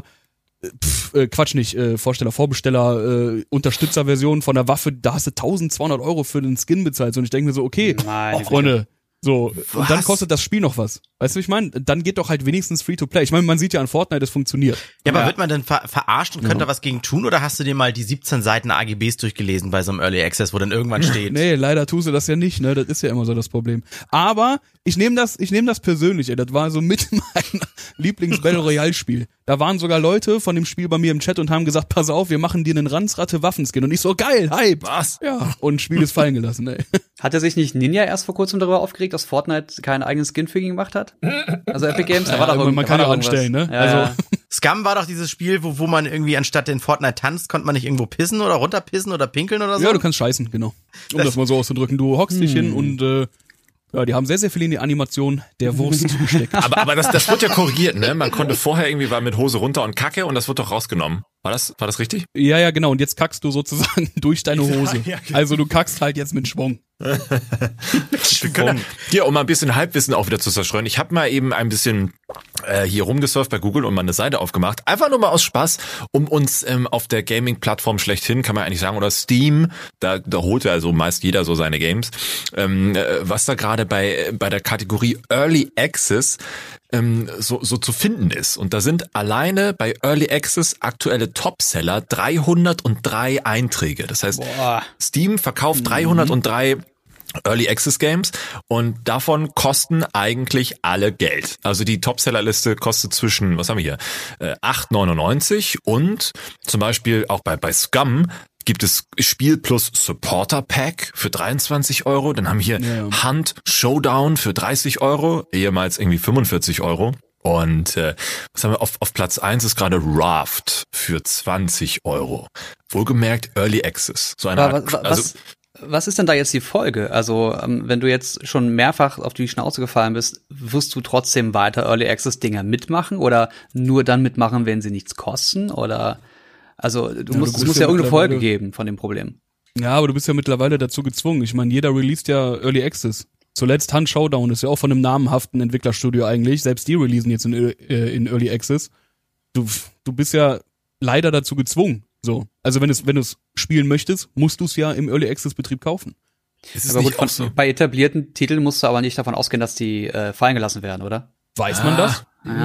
Vorbesteller, Unterstützerversion von der Waffe, da hast du 1.200 € für den Skin bezahlt und ich denke mir so, okay, Freunde, so, und dann kostet das Spiel noch was. Weißt du, wie ich meine? Dann geht doch halt wenigstens Free-to-Play. Ich meine, man sieht ja an Fortnite, es funktioniert. Ja, aber wird man denn verarscht und könnte da was gegen tun oder hast du dir mal die 17 Seiten AGBs durchgelesen bei so einem Early Access, wo dann irgendwann steht? Nee, leider tust du das ja nicht, ne? Das ist ja immer so das Problem. Aber ich nehme das persönlich, ey. Das war so mit meinem Lieblings-Battle-Royale-Spiel. Da waren sogar Leute von dem Spiel bei mir im Chat und haben gesagt, pass auf, wir machen dir einen Ranzratte-Waffenskin. Und ich so, geil, Hype. Was? Ja, und Spiel ist fallen gelassen, ey. Hat er sich nicht Ninja erst vor kurzem darüber aufgeregt, dass Fortnite keinen eigenen Skin für ihn gemacht hat? Also Epic Games, da war doch man kann ja anstellen, ne? Ja, also Scum war doch dieses Spiel, wo man irgendwie anstatt den Fortnite tanzt, konnte man nicht irgendwo pissen oder runterpissen oder pinkeln oder so? Ja, du kannst scheißen, genau. Um das mal so auszudrücken. Du hockst dich hin und die haben sehr, sehr viel in die Animation der Wurst gesteckt. Aber das wird ja korrigiert, ne? Man konnte vorher irgendwie war mit Hose runter und Kacke und das wird doch rausgenommen. War das richtig? Ja, genau. Und jetzt kackst du sozusagen durch deine Hose. Ja, genau. Also du kackst halt jetzt mit Schwung. Hier, um mal ein bisschen Halbwissen auch wieder zu zerstreuen. Ich habe mal eben ein bisschen hier rumgesurft bei Google und mal eine Seite aufgemacht. Einfach nur mal aus Spaß, um uns auf der Gaming-Plattform schlechthin, kann man eigentlich sagen, oder Steam, da holt ja also meist jeder so seine Games, was da gerade bei der Kategorie Early Access so zu finden ist. Und da sind alleine bei Early Access aktuelle Topseller 303 Einträge. Das heißt, Steam verkauft 303 Early Access Games und davon kosten eigentlich alle Geld. Also die Topsellerliste kostet zwischen, was haben wir hier, 8,99 und zum Beispiel auch bei Scum gibt es Spiel plus Supporter Pack für 23 €. Dann haben wir hier Hunt Showdown für 30 €, ehemals irgendwie 45 €. Und was haben wir auf Platz 1 ist gerade Raft für 20 €. Wohlgemerkt Early Access. So eine Art, was ist denn da jetzt die Folge? Also, wenn du jetzt schon mehrfach auf die Schnauze gefallen bist, wirst du trotzdem weiter Early Access Dinger mitmachen oder nur dann mitmachen, wenn sie nichts kosten? Oder also es muss ja irgendeine Folge geben von dem Problem. Ja, aber du bist ja mittlerweile dazu gezwungen. Ich meine, jeder released ja Early Access. Zuletzt Hunt Showdown ist ja auch von einem namenhaften Entwicklerstudio eigentlich. Selbst die releasen jetzt in Early Access. Du bist ja leider dazu gezwungen. So. Also wenn du es spielen möchtest, musst du es ja im Early Access Betrieb kaufen. Aber gut, bei etablierten Titeln musst du aber nicht davon ausgehen, dass die fallen gelassen werden, oder? Weiß man das?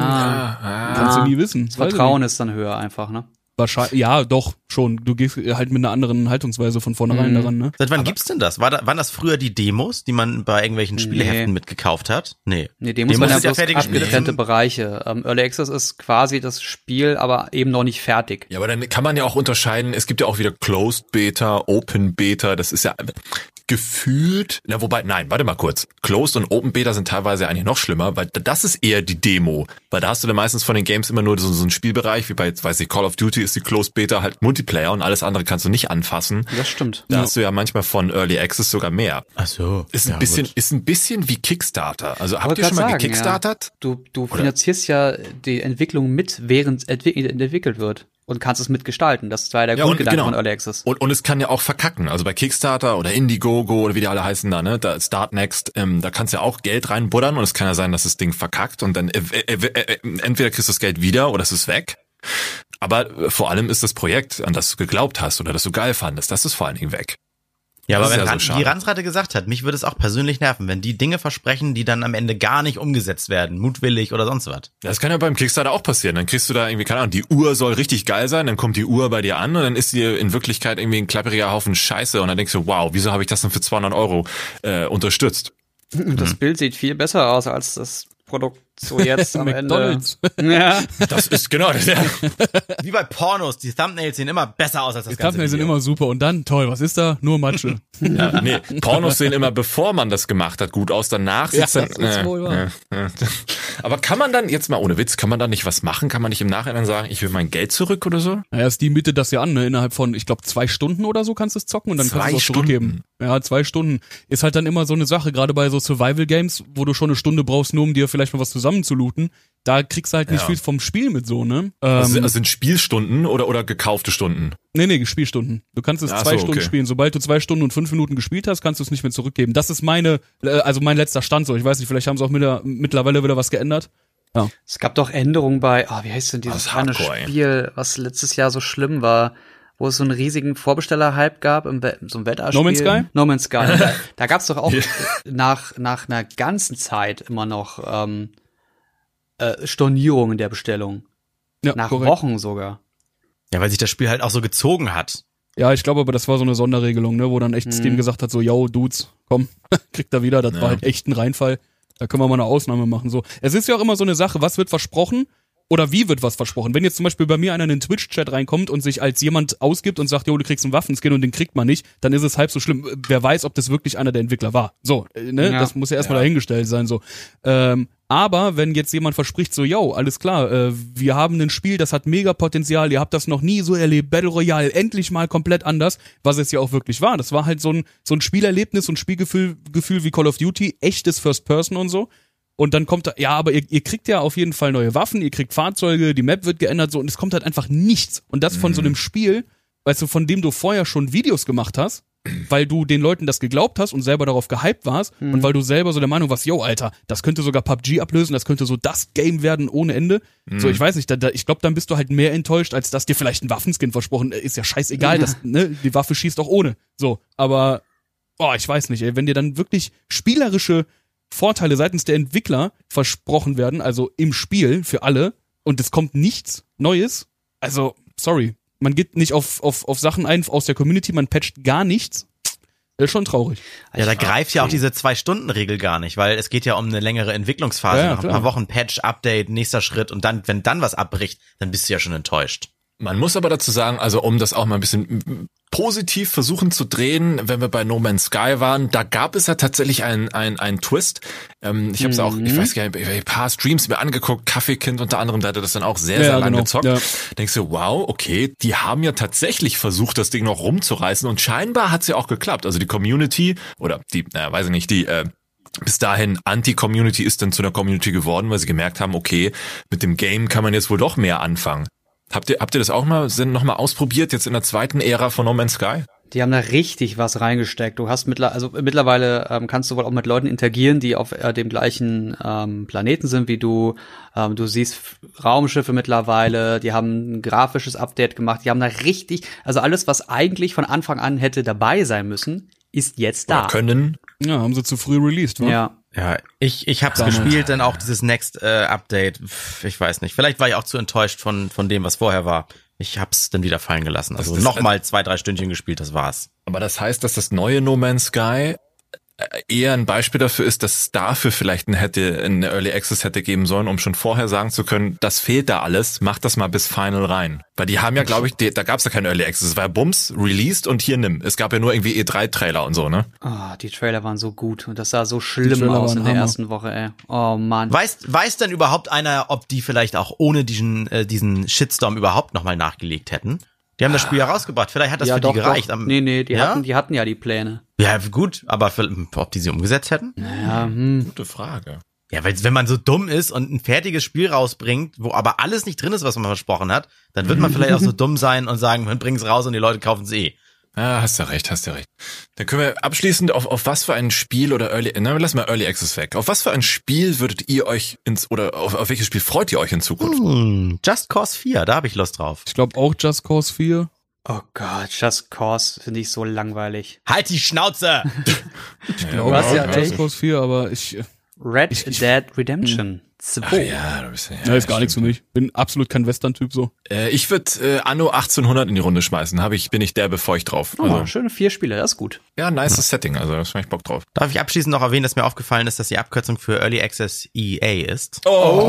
Kannst du nie wissen. Das Vertrauen ist dann höher einfach, ne? Wahrscheinlich, ja, doch, schon. Du gehst halt mit einer anderen Haltungsweise von vornherein daran, ne? Seit wann gibt's denn das? Waren das früher die Demos, die man bei irgendwelchen Spieleheften mitgekauft hat? Nee, Demos waren ja bloß abgetrennte Bereiche. Early Access ist quasi das Spiel, aber eben noch nicht fertig. Ja, aber dann kann man ja auch unterscheiden, es gibt ja auch wieder Closed Beta, Open Beta, das ist ja gefühlt, warte mal kurz. Closed und Open Beta sind teilweise eigentlich noch schlimmer, weil das ist eher die Demo. Weil da hast du dann meistens von den Games immer nur so einen Spielbereich, wie bei, weiß ich, Call of Duty ist die Closed Beta halt Multiplayer und alles andere kannst du nicht anfassen. Das stimmt. Da hast du ja manchmal von Early Access sogar mehr. Ach so. Ist ein bisschen wie Kickstarter. Also habt ihr schon mal gekickstartert? Ja. Du finanzierst ja die Entwicklung mit, während entwickelt wird. Und kannst es mitgestalten. Das war der Grundgedanke von Early Access. Und es kann ja auch verkacken. Also bei Kickstarter oder Indiegogo oder wie die alle heißen da, ne? Da Start Next, da kannst du ja auch Geld reinbuddern und es kann ja sein, dass das Ding verkackt und dann entweder kriegst du das Geld wieder oder es ist weg. Aber vor allem ist das Projekt, an das du geglaubt hast oder das du geil fandest, das ist vor allen Dingen weg. Ja, aber wie Ransrate gesagt hat, mich würde es auch persönlich nerven, wenn die Dinge versprechen, die dann am Ende gar nicht umgesetzt werden, mutwillig oder sonst was. Das kann ja beim Kickstarter auch passieren. Dann kriegst du da irgendwie, keine Ahnung, die Uhr soll richtig geil sein, dann kommt die Uhr bei dir an und dann ist sie in Wirklichkeit irgendwie ein klapperiger Haufen Scheiße und dann denkst du, wow, wieso habe ich das denn für 200 € unterstützt? Das Bild sieht viel besser aus als das Produkt so jetzt am McDonald's. Ende. Ja. Das ist genau das. Ja. Wie bei Pornos, die Thumbnails sehen immer besser aus als das ganze Video. Die Thumbnails sind immer super und dann, toll, was ist da? Nur Matsche. Ja, nee, Pornos sehen immer, bevor man das gemacht hat, gut aus, danach sieht's dann... Aber kann man dann, jetzt mal ohne Witz, kann man da nicht was machen? Kann man nicht im Nachhinein sagen, ich will mein Geld zurück oder so? Naja, Steam bietet das ja an, ne? Innerhalb von, ich glaube, 2 Stunden oder so kannst du es zocken und dann kannst du es auch zurückgeben. Ja, 2 Stunden. Ist halt dann immer so eine Sache, gerade bei so Survival-Games, wo du schon eine Stunde brauchst, nur um dir vielleicht mal was zusammenzulooten. Da kriegst du halt nicht viel vom Spiel mit so, ne? Also sind Spielstunden oder gekaufte Stunden? Nee, Spielstunden. Du kannst es 2 Stunden spielen. Sobald du 2 Stunden und 5 Minuten gespielt hast, kannst du es nicht mehr zurückgeben. Das ist mein letzter Stand so. Ich weiß nicht, vielleicht haben sie auch mittlerweile wieder was geändert. Ja. Es gab doch Änderungen bei, wie heißt denn dieses kleine Spiel, was letztes Jahr so schlimm war, wo es so einen riesigen Vorbesteller-Hype gab, so ein Weltallspiel. No Man's Sky? No Man's Sky. Da gab's doch auch nach einer ganzen Zeit immer noch Stornierungen der Bestellung. Ja, nach korrekt. Wochen sogar. Ja, weil sich das Spiel halt auch so gezogen hat. Ja, ich glaube aber, das war so eine Sonderregelung, ne, wo dann echt Steam gesagt hat, so, yo, Dudes, komm, kriegt da wieder, das war halt echt ein Reinfall. Da können wir mal eine Ausnahme machen, so. Es ist ja auch immer so eine Sache, was wird versprochen oder wie wird was versprochen? Wenn jetzt zum Beispiel bei mir einer in den Twitch-Chat reinkommt und sich als jemand ausgibt und sagt, jo, du kriegst einen Waffenskin und den kriegt man nicht, dann ist es halb so schlimm. Wer weiß, ob das wirklich einer der Entwickler war. So, ne, das muss ja erstmal dahingestellt sein, so. Aber wenn jetzt jemand verspricht, so, yo, alles klar, wir haben ein Spiel, das hat mega Potenzial, ihr habt das noch nie so erlebt, Battle Royale, endlich mal komplett anders, was es ja auch wirklich war. Das war halt so ein Spielerlebnis, so ein Spielgefühl wie Call of Duty, echtes First Person und so. Und dann kommt da, ja, aber ihr kriegt ja auf jeden Fall neue Waffen, ihr kriegt Fahrzeuge, die Map wird geändert, so, und es kommt halt einfach nichts. Und das von so einem Spiel, weißt du, von dem du vorher schon Videos gemacht hast, weil du den Leuten das geglaubt hast und selber darauf gehypt warst und weil du selber so der Meinung warst, yo, Alter, das könnte sogar PUBG ablösen, das könnte so das Game werden ohne Ende. So, ich weiß nicht, ich glaube, dann bist du halt mehr enttäuscht, als dass dir vielleicht ein Waffenskin versprochen ist. Ja scheißegal, die Waffe schießt auch ohne. So, aber, ich weiß nicht, ey, wenn dir dann wirklich spielerische Vorteile seitens der Entwickler versprochen werden, also im Spiel für alle, und es kommt nichts Neues, also, sorry. Man geht nicht auf Sachen ein aus der Community, man patcht gar nichts. Das ist schon traurig. Ja, da greift ja auch diese 2-Stunden-Regel gar nicht, weil es geht ja um eine längere Entwicklungsphase, noch ein paar Wochen Patch, Update, nächster Schritt und dann, wenn dann was abbricht, dann bist du ja schon enttäuscht. Man muss aber dazu sagen, also um das auch mal ein bisschen positiv versuchen zu drehen, wenn wir bei No Man's Sky waren, da gab es ja tatsächlich einen Twist. Ich habe es auch, ich weiß gar nicht, ein paar Streams mir angeguckt, Kaffeekind unter anderem, der hatte das dann auch sehr, sehr lange gezockt. Ja. Denkst du, wow, okay, die haben ja tatsächlich versucht, das Ding noch rumzureißen und scheinbar hat's ja auch geklappt. Also die Community oder die, weiß ich nicht, die bis dahin Anti-Community ist dann zu einer Community geworden, weil sie gemerkt haben, okay, mit dem Game kann man jetzt wohl doch mehr anfangen. Habt ihr das auch noch mal ausprobiert, jetzt in der zweiten Ära von No Man's Sky? Die haben da richtig was reingesteckt. Du hast mittlerweile kannst du wohl auch mit Leuten interagieren, die auf dem gleichen Planeten sind wie du. Du siehst Raumschiffe mittlerweile, die haben ein grafisches Update gemacht, die haben da richtig, also alles, was eigentlich von Anfang an hätte dabei sein müssen, ist jetzt da. Oder können. Ja, haben sie zu früh released, wa? Ja. Ja, ich hab's gespielt, dann auch dieses Next Update. Ich weiß nicht. Vielleicht war ich auch zu enttäuscht von dem, was vorher war. Ich hab's dann wieder fallen gelassen. Also nochmal 2-3 Stündchen gespielt, das war's. Aber das heißt, dass das neue No Man's Sky eher ein Beispiel dafür ist, dass es dafür vielleicht eine Early Access hätte geben sollen, um schon vorher sagen zu können, das fehlt da alles, mach das mal bis Final rein. Weil die haben ja, glaube ich, da gab's ja keine Early Access, es war ja Bums, released und hier nimm. Es gab ja nur irgendwie E3-Trailer und so, ne? Oh, die Trailer waren so gut und das sah so schlimm aus in der ersten Woche, ey. Oh Mann. Weiß denn überhaupt einer, ob die vielleicht auch ohne diesen Shitstorm überhaupt nochmal nachgelegt hätten? Die haben das Spiel ja rausgebracht. Vielleicht hat das für die gereicht. Nee, die hatten ja die Pläne. Ja, gut, aber ob die sie umgesetzt hätten? Ja, Gute Frage. Ja, weil wenn man so dumm ist und ein fertiges Spiel rausbringt, wo aber alles nicht drin ist, was man versprochen hat, dann wird man vielleicht auch so dumm sein und sagen, man bringt's raus und die Leute kaufen es eh. Ja, hast du recht. Dann können wir abschließend auf was für ein Spiel oder lass mal Early Access weg. Auf was für ein Spiel würdet ihr euch auf welches Spiel freut ihr euch in Zukunft? Just Cause 4, da habe ich Lust drauf. Ich glaube auch Just Cause 4. Oh Gott, Just Cause finde ich so langweilig. Halt die Schnauze! Ich glaube auch Just Cause 4, aber Red Dead Redemption 2. Ach ja, du bist ja, ist gar nichts für mich. Bin absolut kein Western-Typ so. Ich würde Anno 1800 in die Runde schmeißen. Bin ich derbe feucht drauf. Also, schöne 4 Spiele, das ist gut. Ja, nice Setting, also da habe ich Bock drauf. Darf ich abschließend noch erwähnen, dass mir aufgefallen ist, dass die Abkürzung für Early Access EA ist?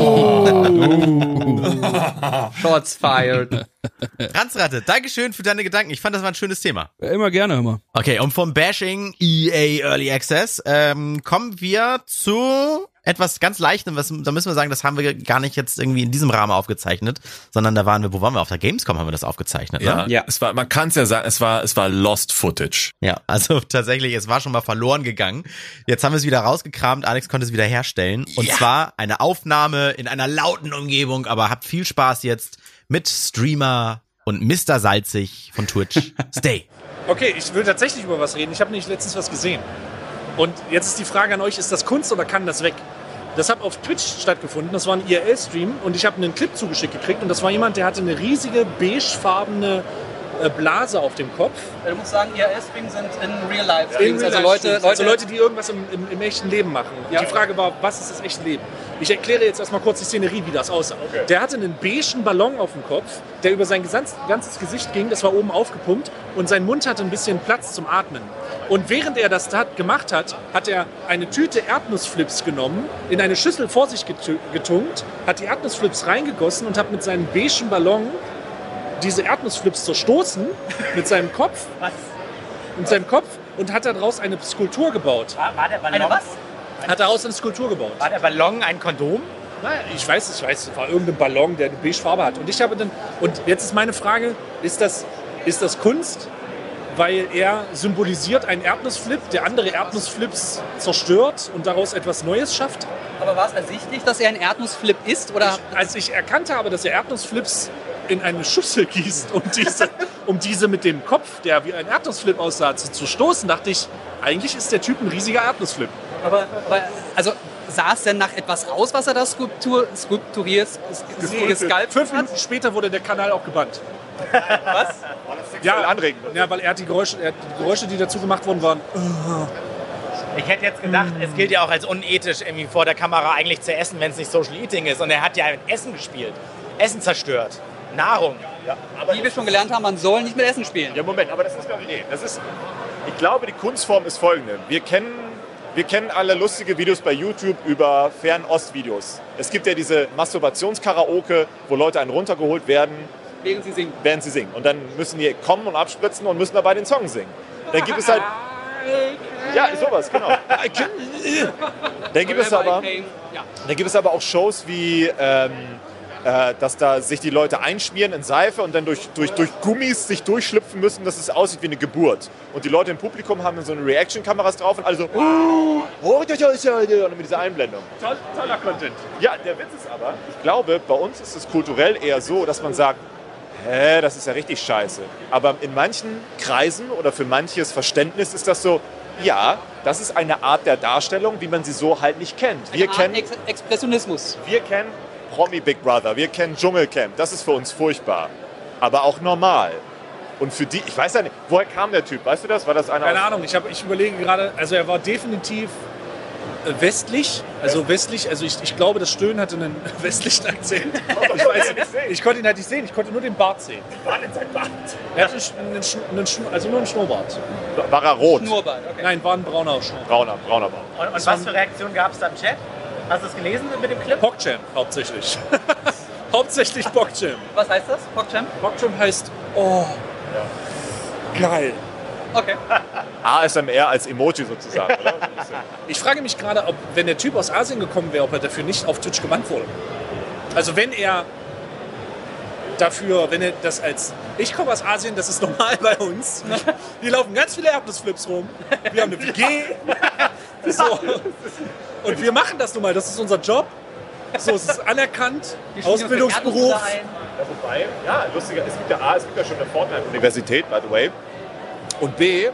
Shots fired. Ranzratte, Dankeschön für deine Gedanken. Ich fand, das war ein schönes Thema. Ja, immer gerne, immer. Okay, und vom Bashing EA Early Access kommen wir zu etwas ganz Leichtem. Da müssen wir sagen, das haben wir gar nicht jetzt irgendwie in diesem Rahmen aufgezeichnet, sondern wo waren wir? Auf der Gamescom haben wir das aufgezeichnet, ne? Ja. Man kann es ja sagen, es war Lost Footage. Ja, also tatsächlich, es war schon mal verloren gegangen. Jetzt haben wir es wieder rausgekramt, Alex konnte es wieder herstellen. Und zwar eine Aufnahme in einer lauten Umgebung, aber habt viel Spaß jetzt mit Streamer und Mr. Salzig von Twitch. Stay. Okay, ich will tatsächlich über was reden. Ich habe nämlich letztens was gesehen. Und jetzt ist die Frage an euch, ist das Kunst oder kann das weg? Das hat auf Twitch stattgefunden, das war ein IRL-Stream und ich habe einen Clip zugeschickt gekriegt und das war jemand, der hatte eine riesige beigefarbene Blase auf dem Kopf. Du musst sagen, IRL-Streams sind in Real-Life-Streams, also Leute, die irgendwas im echten Leben machen. Ja. Die Frage war, was ist das echte Leben? Ich erkläre jetzt erstmal kurz die Szenerie, wie das aussah. Okay. Der hatte einen beigen Ballon auf dem Kopf, der über sein ganzes Gesicht ging, das war oben aufgepumpt und sein Mund hatte ein bisschen Platz zum Atmen. Und während er das gemacht hat, hat er eine Tüte Erdnussflips genommen, in eine Schüssel vor sich getunkt, hat die Erdnussflips reingegossen und hat mit seinem beigen Ballon diese Erdnussflips zerstoßen mit seinem Kopf. Was? Mit seinem Kopf und hat daraus eine Skulptur gebaut. War der Ballon? Eine was? Hat daraus eine Skulptur gebaut. War der Ballon ein Kondom? Naja, ich weiß, es war irgendein Ballon, der eine beige Farbe hat. Und jetzt ist meine Frage, ist das Kunst? Weil er symbolisiert einen Erdnussflip, der andere Erdnussflips zerstört und daraus etwas Neues schafft. Aber war es ersichtlich, dass er ein Erdnussflip ist? Oder? Als ich erkannt habe, dass er Erdnussflips in eine Schüssel gießt, um diese mit dem Kopf, der wie ein Erdnussflip aussah, zu stoßen, dachte ich, eigentlich ist der Typ ein riesiger Erdnussflip. Aber sah es denn nach etwas aus, was er da skulpturiert hat? 5 Minuten später wurde der Kanal auch gebannt. Was? Ja, anregend. Ja, weil er hat die Geräusche, die dazu gemacht worden waren. Ich hätte jetzt gedacht, es gilt ja auch als unethisch, irgendwie vor der Kamera eigentlich zu essen, wenn es nicht Social Eating ist. Und er hat ja mit Essen gespielt. Essen zerstört. Nahrung. Ja, aber wie wir schon gelernt haben, man soll nicht mit Essen spielen. Ja, Moment, aber das ist doch... Nee, Ich glaube, die Kunstform ist folgende. Wir kennen alle lustige Videos bei YouTube über Fernost-Videos. Es gibt ja diese Masturbationskaraoke, wo Leute einen runtergeholt werden, Während sie singen. Und dann müssen die kommen und abspritzen und müssen dabei den Song singen. Dann gibt es halt... Ja, sowas, genau. Dann gibt es aber auch Shows wie... dass da sich die Leute einschmieren in Seife und dann durch Gummis sich durchschlüpfen müssen, dass es aussieht wie eine Geburt. Und die Leute im Publikum haben dann so eine Reaction-Kameras drauf und alle so und mit dieser Einblendung. Toller Content. Ja, der Witz ist aber, ich glaube, bei uns ist es kulturell eher so, dass man sagt, das ist ja richtig scheiße. Aber in manchen Kreisen oder für manches Verständnis ist das so, ja, das ist eine Art der Darstellung, wie man sie so halt nicht kennt. Wir kennen Expressionismus. Wir kennen Promi Big Brother, wir kennen Dschungelcamp, das ist für uns furchtbar, aber auch normal. Und für die, ich weiß ja nicht, woher kam der Typ, weißt du das? War das einer? Keine Ahnung, ich überlege gerade, also er war definitiv westlich, also ich glaube, das Stöhnen hatte einen westlichen Akzent. Ich weiß nicht, ich konnte ihn halt nicht sehen, ich konnte nur den Bart sehen. Was war denn sein Bart? Er hatte nur einen Schnurrbart. War er rot? Schnurrbart, okay. Nein, war ein brauner Schnurrbart. Brauner Bart. Und was für Reaktionen gab es da im Chat? Hast du es gelesen mit dem Clip? PogChamp hauptsächlich. Hauptsächlich PogChamp. Was heißt das? PogChamp? PogChamp heißt, geil. Okay. ASMR als Emoji sozusagen, oder? Ich frage mich gerade, ob, wenn der Typ aus Asien gekommen wäre, ob er dafür nicht auf Twitch gebannt wurde. Also wenn er das als, ich komme aus Asien, das ist normal bei uns. Hier laufen ganz viele Erdnussflips rum. Wir haben eine WG. So. Und wir machen das nun mal, das ist unser Job. So, es ist anerkannt, Ausbildungsberuf. Ja, wobei, ja, lustiger, es gibt ja schon eine Fortnite-Universität, by the way. Und B,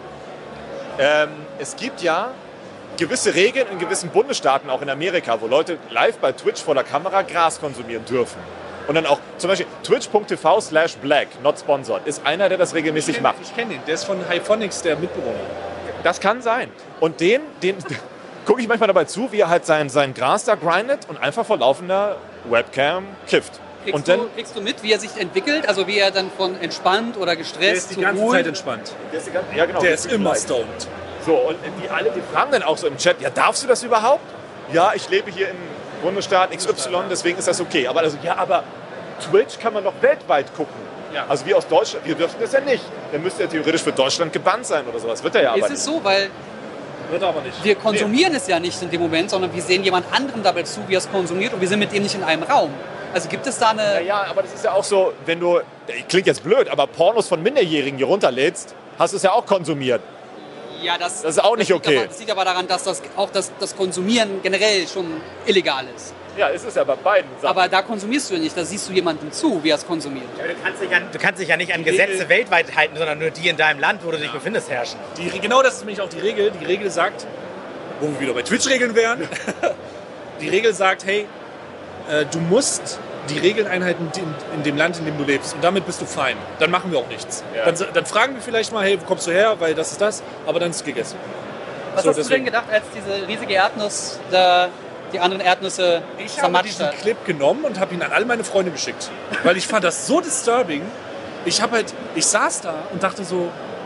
es gibt ja gewisse Regeln in gewissen Bundesstaaten, auch in Amerika, wo Leute live bei Twitch vor der Kamera Gras konsumieren dürfen. Und dann auch zum Beispiel twitch.tv/black, not sponsored, ist einer, der das regelmäßig macht. Ich kenne ihn, der ist von Hyphonics, der Mitbewohner. Das kann sein. Und den gucke ich manchmal dabei zu, wie er halt sein Gras da grindet und einfach vor laufender Webcam kifft. Kriegst du mit, wie er sich entwickelt? Also wie er dann von entspannt oder gestresst Der ist die ganze Zeit entspannt. Der ist immer stoned. So, und die fragen dann auch so im Chat, ja, darfst du das überhaupt? Ja, ich lebe hier im Bundesstaat XY, deswegen ist das okay. Aber aber Twitch kann man doch weltweit gucken. Ja. Also wir aus Deutschland, wir dürfen das ja nicht. Dann müsste er theoretisch für Deutschland gebannt sein oder sowas. Wird er ja aber nicht. Es ist so, weil Wird aber nicht. wir konsumieren es ja nicht in dem Moment, sondern wir sehen jemand anderem dabei zu, wie er es konsumiert und wir sind mit dem nicht in einem Raum. Also gibt es da eine... Ja, aber das ist ja auch so, wenn du, klingt jetzt blöd, aber Pornos von Minderjährigen hier runterlädst, hast du es ja auch konsumiert. Ja, das ist auch nicht okay. Das liegt aber daran, dass das Konsumieren generell schon illegal ist. Ja, ist es ja bei beiden Sachen. Aber da konsumierst du ja nicht, da siehst du jemandem zu, wie er es konsumiert. Ja, du kannst dich ja nicht an Gesetze weltweit halten, sondern nur die in deinem Land, wo du dich befindest, herrschen. Genau das ist nämlich auch die Regel. Die Regel sagt, wo wir wieder bei Twitch-Regeln wären, die Regel sagt, hey, du musst die Regeln einhalten in dem Land, in dem du lebst. Und damit bist du fein. Dann machen wir auch nichts. Ja. Dann fragen wir vielleicht mal, hey, wo kommst du her? Weil das ist das. Aber dann ist es gegessen. Was hast du denn gedacht, als diese riesige Erdnuss da die anderen Erdnüsse zermatscht hat? Ich habe diesen Clip genommen und habe ihn an all meine Freunde geschickt. Weil ich fand das so disturbing. Ich saß da und dachte so,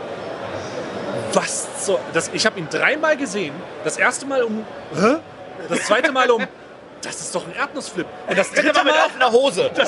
was so? Ich habe ihn 3-mal gesehen. Das erste Mal das zweite Mal das ist doch ein Erdnussflip. Und das dritte Mal mit offener Hose. Das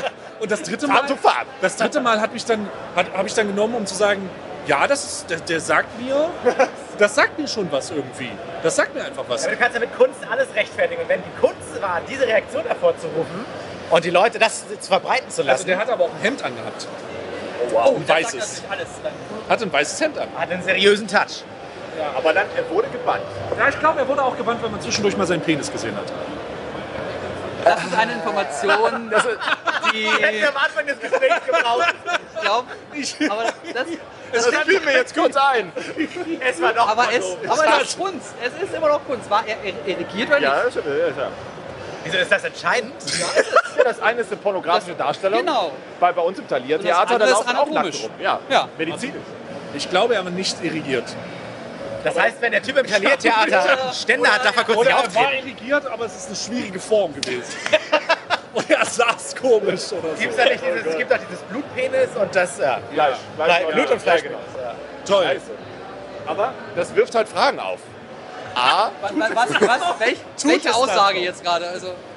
dritte Mal habe ich dann genommen, um zu sagen, ja, der sagt mir, das sagt mir schon was irgendwie. Das sagt mir einfach was. Aber du kannst ja mit Kunst alles rechtfertigen. Und wenn die Kunst war, diese Reaktion hervorzurufen und die Leute das zu verbreiten zu lassen. Also der hat aber auch ein Hemd angehabt. Oh, wow. Ein weißes. Hat ein weißes Hemd an. Hat einen seriösen Touch. Ja, aber dann, er wurde gebannt. Ja, ich glaube, er wurde auch gebannt, weil man zwischendurch mal seinen Penis gesehen hat. Das ist eine Information, die... Hätten wir am Anfang des Gesprächs gebraucht. Aber das fiel mir jetzt kurz ein. Es war doch aber es ist Kunst. Es ist immer noch Kunst. War er regiert oder nicht? Ja, das stimmt. Ja. Wieso ist das entscheidend? Ja, das eine ist eine pornografische Darstellung. Genau. Bei uns im Thalia-Theater, da laufen auch nackt rum. Ja, medizinisch. Ich glaube, er war nicht irrigiert. Das heißt, wenn der Typ im Thalia-Theater Stände hat, darf er kurz nicht auftreten. Er war irrigiert, aber es ist eine schwierige Form gewesen. Und er saß komisch oder so. Es gibt auch dieses Blutpenis und das Blut und Fleisch. Toll. Aber das wirft halt Fragen auf. A. Welche Aussage jetzt gerade?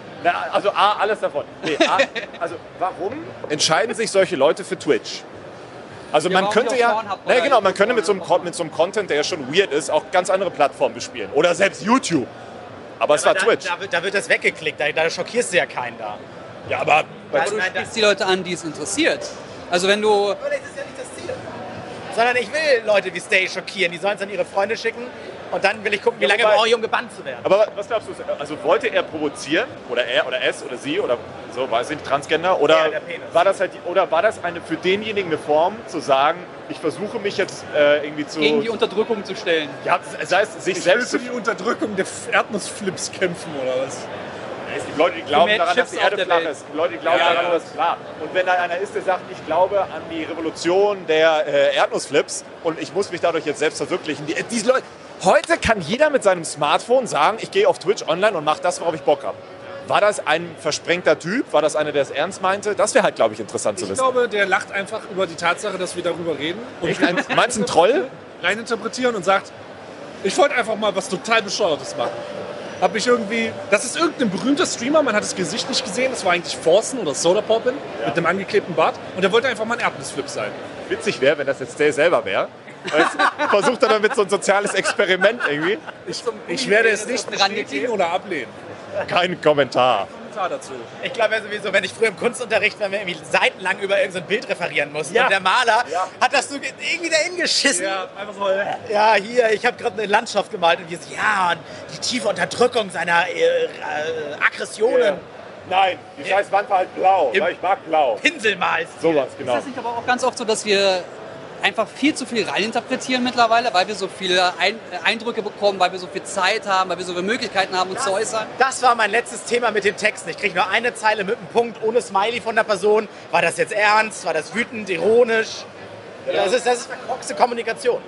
Also A, alles davon. Nee, A, also warum entscheiden sich solche Leute für Twitch? Also man könnte man könnte mit so einem Content, der ja schon weird ist, auch ganz andere Plattformen bespielen. Oder selbst YouTube. Aber es war Twitch. Da wird das weggeklickt, da schockierst du ja keinen da. Ja, aber du sprichst die Leute an, die es interessiert. Also wenn du... Das ist ja nicht das Ziel. Sondern ich will Leute wie Stay schockieren. Die sollen es an ihre Freunde schicken. Und dann will ich gucken, wie lange brauche ich, um gebannt zu werden. Aber was glaubst du? Also wollte er provozieren? Oder er oder es oder sie oder so, weiß ich nicht, Transgender? Oder war das halt eine für denjenigen eine Form zu sagen, ich versuche mich jetzt irgendwie zu... Gegen die Unterdrückung zu stellen. Ja, das heißt, sich selbst... für die Unterdrückung der Erdnussflips kämpfen oder was? Es gibt Leute, die glauben daran, dass die Erde flach ist. Die Leute, die glauben daran, dass es flach ist. Und wenn da einer ist, der sagt, ich glaube an die Revolution der Erdnussflips und ich muss mich dadurch jetzt selbst verwirklichen. Diese Leute, heute kann jeder mit seinem Smartphone sagen, ich gehe auf Twitch online und mache das, worauf ich Bock habe. War das ein versprengter Typ? War das einer, der es ernst meinte? Das wäre halt, glaube ich, interessant zu wissen. Ich glaube, der lacht einfach über die Tatsache, dass wir darüber reden. Und meinst du ein Troll? Reininterpretieren und sagt, ich wollte einfach mal was total Bescheuertes machen. Hab ich irgendwie, das ist irgendein berühmter Streamer, man hat das Gesicht nicht gesehen, das war eigentlich Forsen oder Sodapoppin mit einem angeklebten Bart und der wollte einfach mal ein Erdnussflip sein. Witzig wäre, wenn das jetzt der selber wäre. Versucht er damit so ein soziales Experiment irgendwie. Ich werde es nicht bestätigen oder ablehnen. Kein Kommentar. Dazu. Ich glaube ja sowieso, wenn ich früher im Kunstunterricht, wenn wir irgendwie seitenlang über irgendein Bild referieren mussten und der Maler hat das so irgendwie dahin geschissen. Ja, einfach so. Ja, hier, ich habe gerade eine Landschaft gemalt und wir so, ja, und die tiefe Unterdrückung seiner Aggressionen. Ja. Nein, die scheiß Wand war halt blau, weil ich mag blau. Pinselmal. Sowas, genau. Ist das nicht aber auch ganz oft so, dass wir einfach viel zu viel reininterpretieren mittlerweile, weil wir so viele Eindrücke bekommen, weil wir so viel Zeit haben, weil wir so viele Möglichkeiten haben, uns zu äußern? Das war mein letztes Thema mit dem Texten. Ich kriege nur eine Zeile mit einem Punkt ohne Smiley von der Person. War das jetzt ernst? War das wütend, ironisch? Ja. Das ist verkorkste Kommunikation.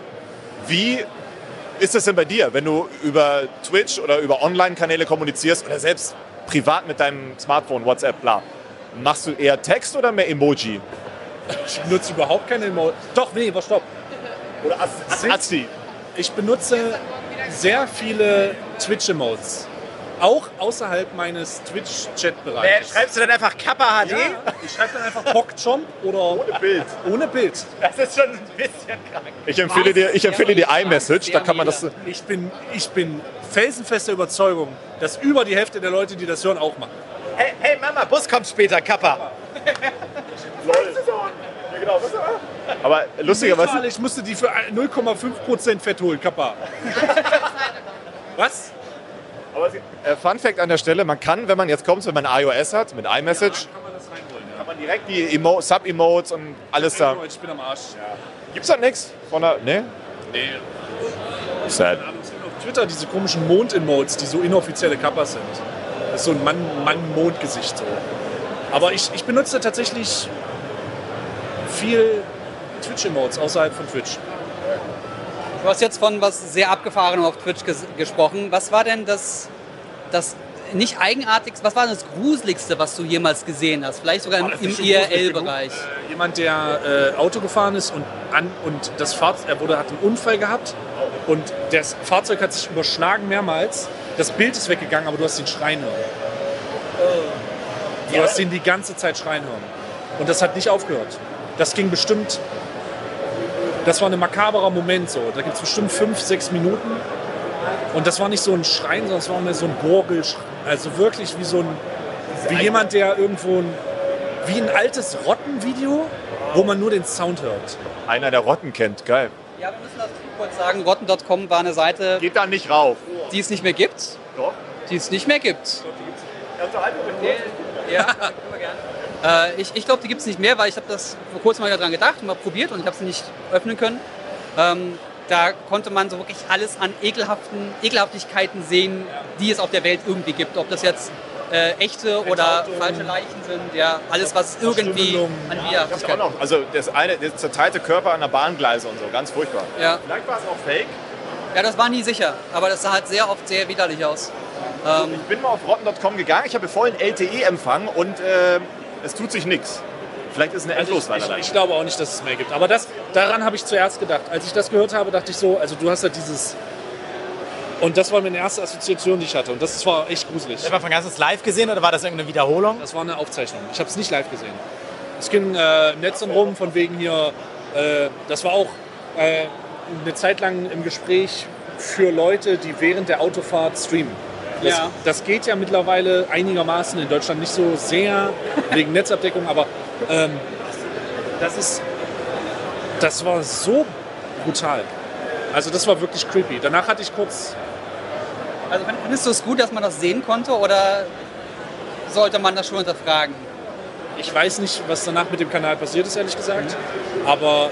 Wie ist es denn bei dir, wenn du über Twitch oder über Online-Kanäle kommunizierst oder selbst privat mit deinem Smartphone, WhatsApp, bla? Machst du eher Text oder mehr Emoji? Ich benutze überhaupt keine Emoji. Doch, nee, stopp. Oder Azzi. Ich benutze sehr viele Twitch-Emotes. Auch außerhalb meines Twitch-Chat-Bereichs. Schreibst du dann einfach Kappa HD? Ja, ich schreibe dann einfach PogChomp oder... Ohne Bild. Ohne Bild. Das ist schon ein bisschen krank. Ich empfehle dir iMessage, da kann man das... Ich bin felsenfester Überzeugung, dass über die Hälfte der Leute, die das hören, auch machen. Hey Mama, Bus kommt später, Kappa. Ja, genau. Aber lustigerweise... Ich musste die für 0,5% Fett holen, Kappa. Was? Aber Fun Fact an der Stelle, man kann, wenn man jetzt kommt, wenn man iOS hat, mit iMessage, kann man das reinholen, kann man direkt die Sub-Emotes und alles da... Ich bin am Arsch. Ja. Gibt's da nichts? Nee? Nee. Sad. Auf Twitter diese komischen Mond-Emotes, die so inoffizielle Kappas sind. Das ist so ein Mann-Mond-Gesicht so. Aber ich benutze tatsächlich viel Twitch-Emotes außerhalb von Twitch. Du hast jetzt von was sehr Abgefahrenem auf Twitch gesprochen. Was war denn das nicht eigenartigste, was war das Gruseligste, was du jemals gesehen hast? Vielleicht sogar im IRL-Bereich. Jemand, der Auto gefahren ist und das Fahrzeug, hat einen Unfall gehabt und das Fahrzeug hat sich überschlagen mehrmals. Das Bild ist weggegangen, aber du hast ihn schreien hören. Du hast ihn die ganze Zeit schreien hören. Und das hat nicht aufgehört. Das ging bestimmt... Das war ein makaberer Moment so. Da gibt es bestimmt 5-6 Minuten. Und das war nicht so ein Schreien, sondern es war mehr so ein Gurgelschreien. Also wirklich wie jemand, der irgendwo wie ein altes Rottenvideo, wo man nur den Sound hört. Einer, der Rotten kennt, geil. Ja, wir müssen das kurz sagen. Rotten.com war eine Seite, Geht da nicht rauf. die es nicht mehr gibt. Doch. Die es nicht mehr gibt. Ja, immer gerne. Ich glaube, die gibt es nicht mehr, weil ich habe das vor kurzem mal daran gedacht und mal probiert und ich habe sie nicht öffnen können. Da konnte man so wirklich alles an Ekelhaftigkeiten sehen, die es auf der Welt irgendwie gibt. Ob das jetzt echte oder falsche Leichen sind, ja, alles was irgendwie an Widerhaftigkeit. Also der zerteilte Körper an der Bahngleise und so, ganz furchtbar. Ja. Vielleicht war es auch fake. Ja, das war nie sicher, aber das sah halt sehr oft sehr widerlich aus. Ich bin mal auf rotten.com gegangen, ich habe vorhin LTE empfangen und es tut sich nichts. Vielleicht ist es eine Endlosweile. Ich glaube auch nicht, dass es mehr gibt. Aber daran habe ich zuerst gedacht. Als ich das gehört habe, dachte ich so, also du hast halt dieses... Und das war meine erste Assoziation, die ich hatte. Und das war echt gruselig. Hast du von ganzes live gesehen oder war das irgendeine Wiederholung? Das war eine Aufzeichnung. Ich habe es nicht live gesehen. Es ging im Netz dann rum, von wegen hier... das war auch eine Zeit lang im Gespräch für Leute, die während der Autofahrt streamen. Das geht ja mittlerweile einigermaßen in Deutschland nicht so sehr wegen Netzabdeckung, aber das war so brutal. Also das war wirklich creepy. Danach hatte ich kurz... Also findest du es gut, dass man das sehen konnte oder sollte man das schon hinterfragen? Ich weiß nicht, was danach mit dem Kanal passiert ist, ehrlich gesagt. Aber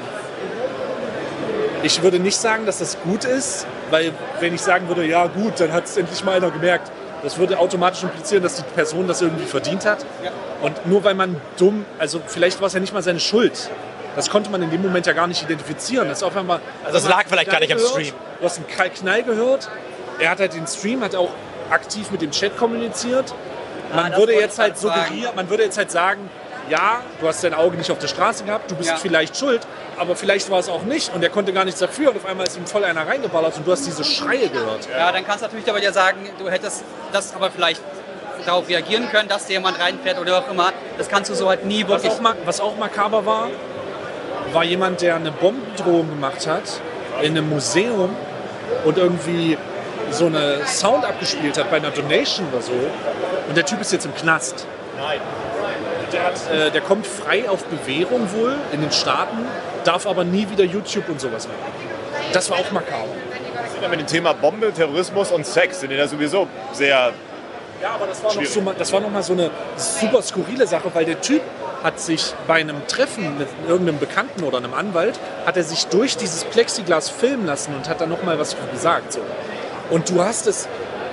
ich würde nicht sagen, dass das gut ist, weil wenn ich sagen würde, ja gut, dann hat es endlich mal einer gemerkt, das würde automatisch implizieren, dass die Person das irgendwie verdient hat. Ja. Und nur weil man dumm, also vielleicht war es ja nicht mal seine Schuld. Das konnte man in dem Moment ja gar nicht identifizieren. Das ist auf einmal, also es lag vielleicht gar nicht am Stream. Du hast einen Knall gehört. Er hat halt den Stream, hat auch aktiv mit dem Chat kommuniziert. Man würde jetzt halt suggerieren, man würde jetzt halt sagen, ja, du hast dein Auge nicht auf der Straße gehabt, du bist vielleicht schuld, aber vielleicht war es auch nicht und er konnte gar nichts dafür und auf einmal ist ihm voll einer reingeballert und du hast diese Schreie gehört. Ja, dann kannst du natürlich aber ja sagen, du hättest das aber vielleicht darauf reagieren können, dass dir jemand reinfährt oder auch immer. Das kannst du so halt nie wirklich... Was auch makaber war jemand, der eine Bombendrohung gemacht hat in einem Museum und irgendwie so eine Sound abgespielt hat bei einer Donation oder so. Und der Typ ist jetzt im Knast. Nein. Der kommt frei auf Bewährung wohl in den Staaten, darf aber nie wieder YouTube und sowas machen. Das war auch makaber. Wir sind ja mit dem Thema Bombe, Terrorismus und Sex sind ja sowieso sehr... Ja, aber das war noch mal so eine super skurrile Sache, weil der Typ hat sich bei einem Treffen mit irgendeinem Bekannten oder einem Anwalt, hat er sich durch dieses Plexiglas filmen lassen und hat dann noch mal was gesagt. So. Und du hast es...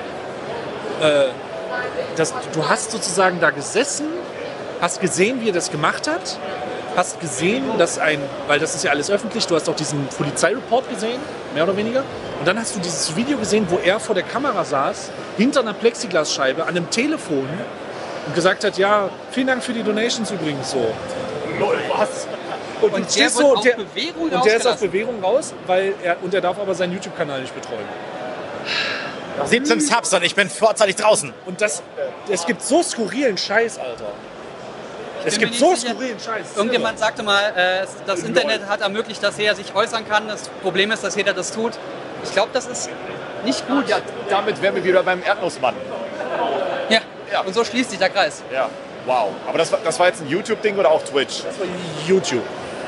du hast sozusagen da gesessen, hast gesehen, wie er das gemacht hat, hast gesehen, dass weil das ist ja alles öffentlich, du hast auch diesen Polizeireport gesehen, mehr oder weniger, und dann hast du dieses Video gesehen, wo er vor der Kamera saß, hinter einer Plexiglasscheibe, an einem Telefon und gesagt hat, ja, vielen Dank für die Donations übrigens, so. Was? Und der ist auf Bewährung raus, weil er darf aber seinen YouTube-Kanal nicht betreuen. 17 Subs und ich bin vorzeitig draußen. Und es gibt so skurrilen Scheiß, Alter. Es gibt so skurrilen Scheiß. Irgendjemand sagte mal, das Internet hat ermöglicht, dass jeder sich äußern kann. Das Problem ist, dass jeder das tut. Ich glaube, das ist nicht gut. Ja, damit wären wir wieder beim Erdnussmann. Ja, und so schließt sich der Kreis. Ja, wow. Aber das war jetzt ein YouTube-Ding oder auch Twitch? Das war YouTube.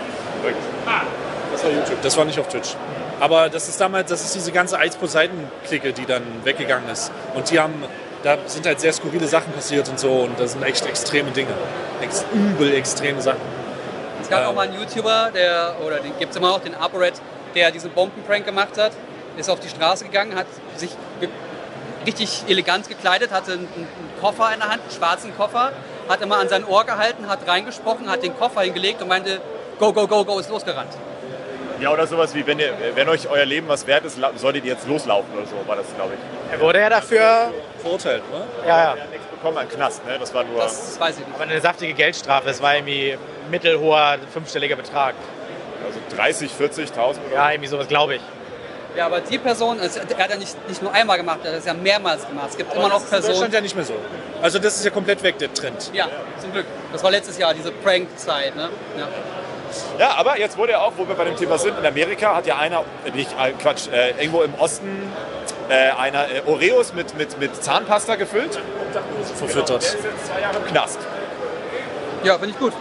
Das war YouTube, das war nicht auf Twitch. Aber das ist diese ganze Eis Poseidon-Clique, die dann weggegangen ist. Und da sind halt sehr skurrile Sachen passiert und so. Und das sind echt extreme Dinge. Übel extreme Sachen. Es gab auch mal einen YouTuber, den gibt es immer noch, den ApoRed, der diesen Bombenprank gemacht hat. Ist auf die Straße gegangen, hat sich richtig elegant gekleidet, hatte einen Koffer in der Hand, einen schwarzen Koffer, hat immer an sein Ohr gehalten, hat reingesprochen, hat den Koffer hingelegt und meinte, go, go, go, go, ist losgerannt. Ja, oder sowas wie, wenn euch euer Leben was wert ist, solltet ihr jetzt loslaufen oder so, war das, glaube ich. Er wurde ja dafür verurteilt, oder? Ja. Er hat nichts bekommen, ein Knast, ne? Das war nur... Das weiß ich nicht. Aber eine saftige Geldstrafe, es war irgendwie mittelhoher, 5-stelliger Betrag. Also 30, 40.000 oder? Ja, irgendwie sowas, glaube ich. Ja, aber die Person, er hat ja nicht nur einmal gemacht, er hat es ja mehrmals gemacht. Es gibt immer noch Personen... Das ist in Deutschland ja nicht mehr so. Also das ist ja komplett weg, der Trend. Ja, zum Glück. Das war letztes Jahr, diese Prank-Zeit, ne? Ja. Ja, aber jetzt wurde ja auch, wo wir bei dem Thema sind, in Amerika hat ja irgendwo im Osten einer Oreos mit Zahnpasta gefüllt. Verfüttert. Der ist jetzt 2 Jahre im Knast. Ja, finde ich gut.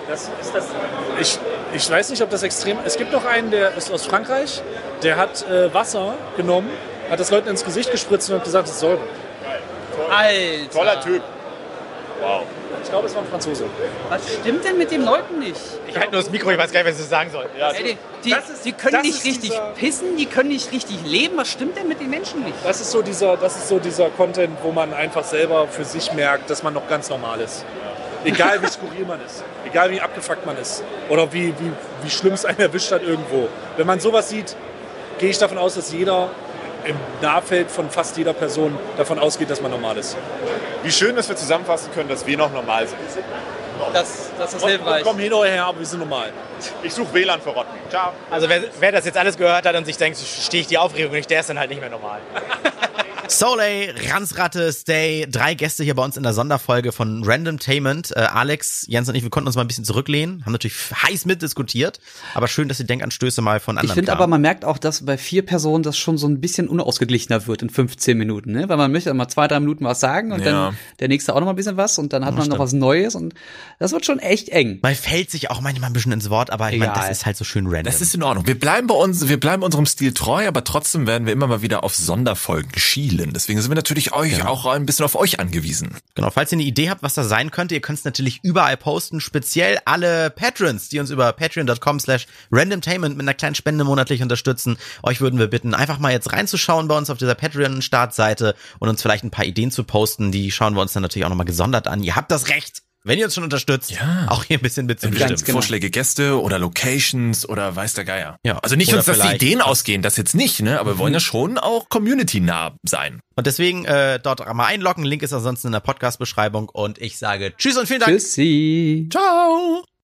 Ich weiß nicht, ob das extrem... Es gibt noch einen, der ist aus Frankreich, der hat Wasser genommen, hat das Leuten ins Gesicht gespritzt und hat gesagt, es ist Säure. Alter. Toller Typ. Wow. Ich glaube, es war ein Franzose. Was stimmt denn mit den Leuten nicht? Ich halte nur das Mikro, ich weiß gar nicht, was ich sagen soll. Ja, Ey, die können nicht richtig pissen, die können nicht richtig leben. Was stimmt denn mit den Menschen nicht? Das ist so dieser Content, wo man einfach selber für sich merkt, dass man noch ganz normal ist. Egal wie skurril man ist, egal wie abgefuckt man ist oder wie schlimm es einen erwischt hat irgendwo. Wenn man sowas sieht, gehe ich davon aus, dass jeder im Nahfeld von fast jeder Person davon ausgeht, dass man normal ist. Wie schön, dass wir zusammenfassen können, dass wir noch normal sind. Das Das ist hilfreich. Wir kommen hinterher, aber wir sind normal. Ich suche WLAN für Rotten. Ciao. Also wer das jetzt alles gehört hat und sich denkt, stehe ich die Aufregung nicht, der ist dann halt nicht mehr normal. Soleil, Ransratte, Stay, 3 Gäste hier bei uns in der Sonderfolge von Randomtainment. Alex, Jens und ich, wir konnten uns mal ein bisschen zurücklehnen, haben natürlich heiß mitdiskutiert, aber schön, dass die Denkanstöße mal von anderen Ich finde aber, man merkt auch, dass bei 4 Personen das schon so ein bisschen unausgeglichener wird in 15 Minuten, ne? Weil man möchte mal 2-3 Minuten was sagen und dann der nächste auch noch mal ein bisschen was und dann hat man noch was Neues und das wird schon echt eng. Man fällt sich auch manchmal ein bisschen ins Wort, aber ich meine, das ist halt so schön random. Das ist in Ordnung. Wir bleiben unserem Stil treu, aber trotzdem werden wir immer mal wieder auf Sonderfolgen schielen. Deswegen sind wir natürlich auch ein bisschen auf euch angewiesen. Genau, falls ihr eine Idee habt, was das sein könnte, ihr könnt es natürlich überall posten, speziell alle Patrons, die uns über patreon.com/randomtainment mit einer kleinen Spende monatlich unterstützen. Euch würden wir bitten, einfach mal jetzt reinzuschauen bei uns auf dieser Patreon-Startseite und uns vielleicht ein paar Ideen zu posten. Die schauen wir uns dann natürlich auch nochmal gesondert an. Ihr habt das Recht, wenn ihr uns schon unterstützt, auch hier ein bisschen mitzubestimmen. Vorschläge, Gäste oder Locations oder weiß der Geier. Ja. Also nicht uns, dass die Ideen ausgehen, das jetzt nicht, ne? Aber wir wollen ja schon auch community-nah sein. Und deswegen dort mal einloggen. Link ist ansonsten in der Podcast-Beschreibung. Und ich sage Tschüss und vielen Dank. Tschüssi. Ciao.